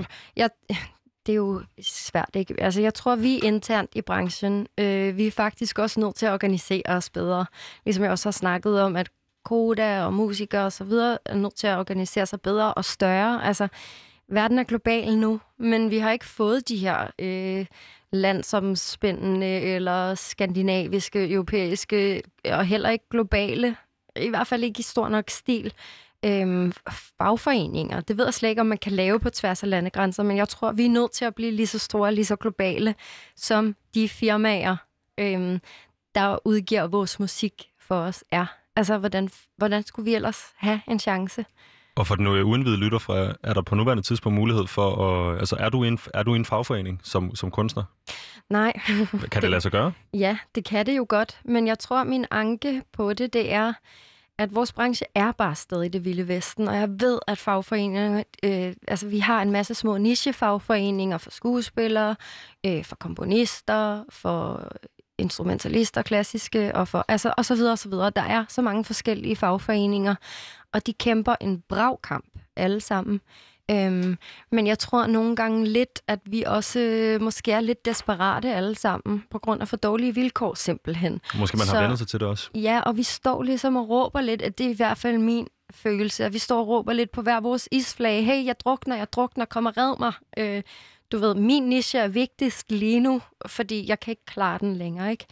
det er jo svært, ikke? Altså, jeg tror, vi internt i branchen, vi er faktisk også nødt til at organisere os bedre. Ligesom jeg også har snakket om, at Koda og musikere og så videre er nødt til at organisere sig bedre og større. Altså, verden er global nu, men vi har ikke fået de her landsomspændende eller skandinaviske, europæiske og heller ikke globale, i hvert fald ikke i stor nok stil, fagforeninger. Det ved jeg slet ikke, om man kan lave på tværs af landegrænser, men jeg tror, vi er nødt til at blive lige så store, lige så globale, som de firmaer, der udgiver vores musik for os er. Altså, hvordan skulle vi ellers have en chance? Og for den uindvidede lytter, er der på nuværende tidspunkt mulighed for at... Altså, er du i en fagforening som kunstner? Nej. Kan det lade sig gøre? Ja, det kan det jo godt, men jeg tror, min anke på det er, at vores branche er bare stadig det vilde vesten, og jeg ved, at fagforeningerne, vi har en masse små nichefagforeninger for skuespillere, for komponister, for instrumentalister, klassiske, og for, og så videre, og så videre. Der er så mange forskellige fagforeninger, og de kæmper en brav kamp, alle sammen. Men jeg tror nogle gange lidt, at vi også måske er lidt desperate alle sammen, på grund af for dårlige vilkår simpelthen. Måske man har vendt sig til det også. Ja, og vi står ligesom og råber lidt, at det er i hvert fald min følelse, at vi står og råber lidt på hver vores isflag. Hey, jeg drukner, kom og red mig. Du ved, min niche er vigtigst lige nu, fordi jeg kan ikke klare den længere, ikke?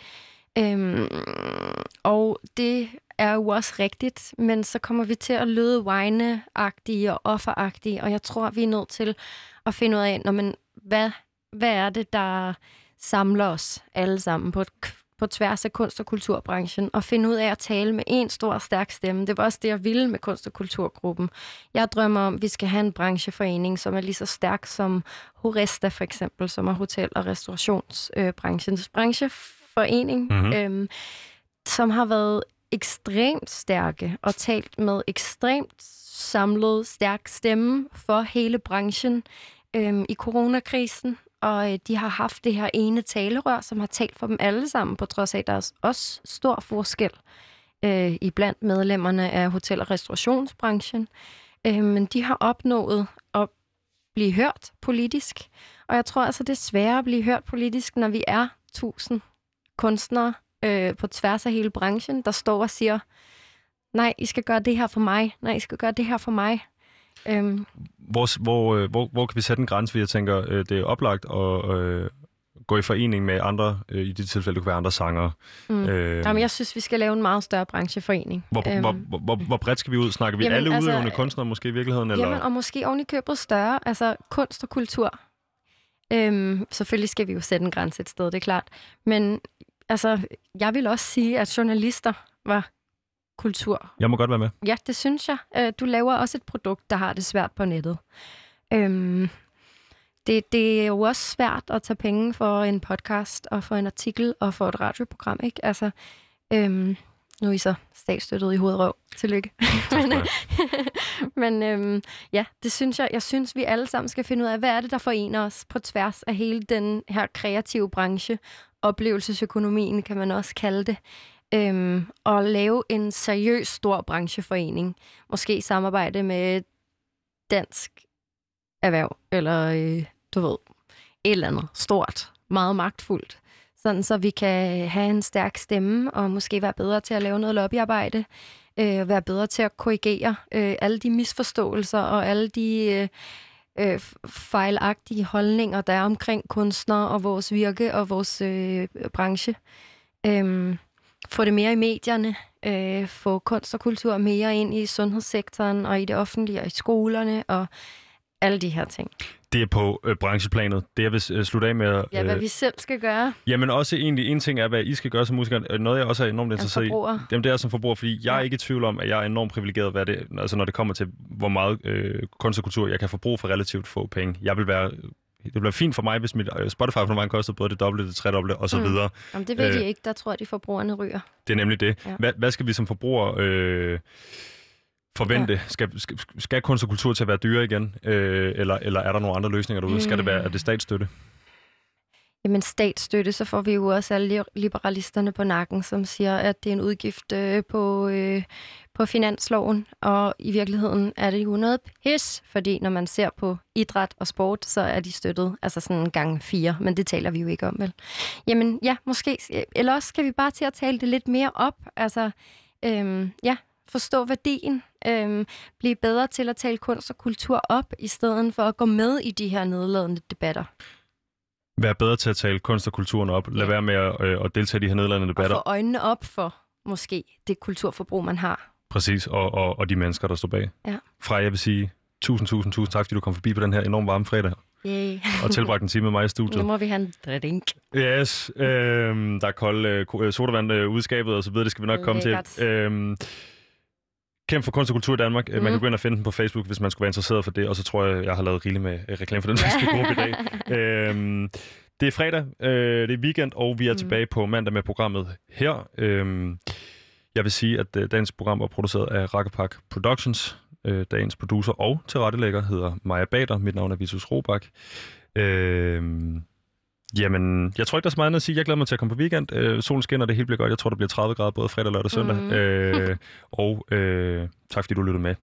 Og det er jo også rigtigt, men så kommer vi til at lyde whine-agtige og offeragtige, og jeg tror, vi er nødt til at finde ud af, hvad er det, der samler os alle sammen på tværs af kunst- og kulturbranchen, og finde ud af at tale med en stor og stærk stemme. Det var også det, jeg ville med kunst- og kulturgruppen. Jeg drømmer om, at vi skal have en brancheforening, som er lige så stærk som Horesta for eksempel, som er hotel- og restaurationsbranchens brancheforening, som har været ekstremt stærke og talt med ekstremt samlet stærk stemme for hele branchen i coronakrisen. Og de har haft det her ene talerør, som har talt for dem alle sammen, på trods af, at der er også stor forskel iblandt medlemmerne af hotel- og restaurationsbranchen. Men de har opnået at blive hørt politisk. Og jeg tror altså, det er sværere at blive hørt politisk, når vi er 1000 kunstnere på tværs af hele branchen, der står og siger, nej, I skal gøre det her for mig. Nej, I skal gøre det her for mig. Hvor kan vi sætte en grænse, fordi jeg tænker, det er oplagt at gå i forening med andre, i det tilfælde, det kunne være andre sangere. Jamen, jeg synes, vi skal lave en meget større brancheforening. Hvor bredt skal vi ud? Snakker vi alle udøvende kunstnere måske i virkeligheden? Eller? Jamen, og måske oven i købet større, altså kunst og kultur. Selvfølgelig skal vi jo sætte en grænse et sted, det er klart. Men altså, jeg vil også sige, at journalister var kultur. Jeg må godt være med. Ja, det synes jeg. Du laver også et produkt, der har det svært på nettet. Det er jo også svært at tage penge for en podcast og for en artikel og for et radioprogram, ikke? Altså, nu er I så statsstøttet i hovedrøv. Tillykke. Men ja, det synes jeg. Jeg synes, vi alle sammen skal finde ud af, hvad er det, der forener os på tværs af hele den her kreative branche. Oplevelsesøkonomien kan man også kalde det. Og lave en seriøs stor brancheforening. Måske i samarbejde med Dansk Erhverv, eller du ved, et eller andet stort, meget magtfuldt. Sådan så vi kan have en stærk stemme, og måske være bedre til at lave noget lobbyarbejde, være bedre til at korrigere alle de misforståelser og alle de fejlagtige holdninger, der er omkring kunstnere og vores virke og vores branche. Få det mere i medierne, få kunst og kultur mere ind i sundhedssektoren og i det offentlige og i skolerne og alle de her ting. Det er på brancheplanet. Det jeg vil slutte af med... Ja, hvad vi selv skal gøre. Jamen også egentlig, en ting er, hvad I skal gøre som musikere. Noget jeg også er enormt interesseret i. Jamen, det er som forbruger, fordi jeg er ikke i tvivl om, at jeg er enormt privilegeret, altså når det kommer til, hvor meget kunst og kultur jeg kan forbruge for relativt få penge. Det bliver fint for mig, hvis mit Spotify-abonnement koster både det dobbelte, det tredobbelte og så videre. Jamen, det ved de ikke. Der tror jeg, de forbrugerne ryger. Det er nemlig det. Ja. Hvad skal vi som forbrugere forvente? Ja. Skal kunst og kultur til at være dyre igen? Eller er der nogle andre løsninger derude? Er det statsstøtte? Jamen statsstøtte, så får vi jo også alle liberalisterne på nakken, som siger, at det er en udgift på finansloven, og i virkeligheden er det jo noget pis, fordi når man ser på idræt og sport, så er de støttet, altså sådan gang 4, men det taler vi jo ikke om, vel? Jamen ja, måske, eller også skal vi bare til at tale det lidt mere op, altså forstå værdien, blive bedre til at tale kunst og kultur op, i stedet for at gå med i de her nedladende debatter. Være bedre til at tale kunst og kulturen op. Lad være med at deltage i de her nedladende debatter. Og få øjnene op for, måske, det kulturforbrug, man har. Præcis, og de mennesker, der står bag. Ja. Freja, jeg vil sige tusind tak, fordi du kom forbi på den her enormt varme fredag. Yay. Og tilbragte en time med mig i studiet. Nu må vi have en drink. Yes, der er kold sodavand ude i skabet og så videre, det skal vi nok komme til. Kæmpe for kunst og kultur i Danmark. Man kan gå ind og finde den på Facebook, hvis man skulle være interesseret for det, og så tror jeg har lavet rigeligt med reklame for den Facebook-gruppe i dag. Det er fredag, det er weekend, og vi er tilbage på mandag med programmet her. Jeg vil sige, at dagens program var produceret af Rakkepak Productions. Dagens producer og tilrettelægger hedder Maja Bader. Mit navn er Vitus Robak. Jamen, jeg tror ikke, der er så meget andet at sige. Jeg glæder mig til at komme på weekend. Solen skinner, det hele bliver godt. Jeg tror, der bliver 30 grader både fredag, lørdag og søndag. Og tak fordi du lyttede med.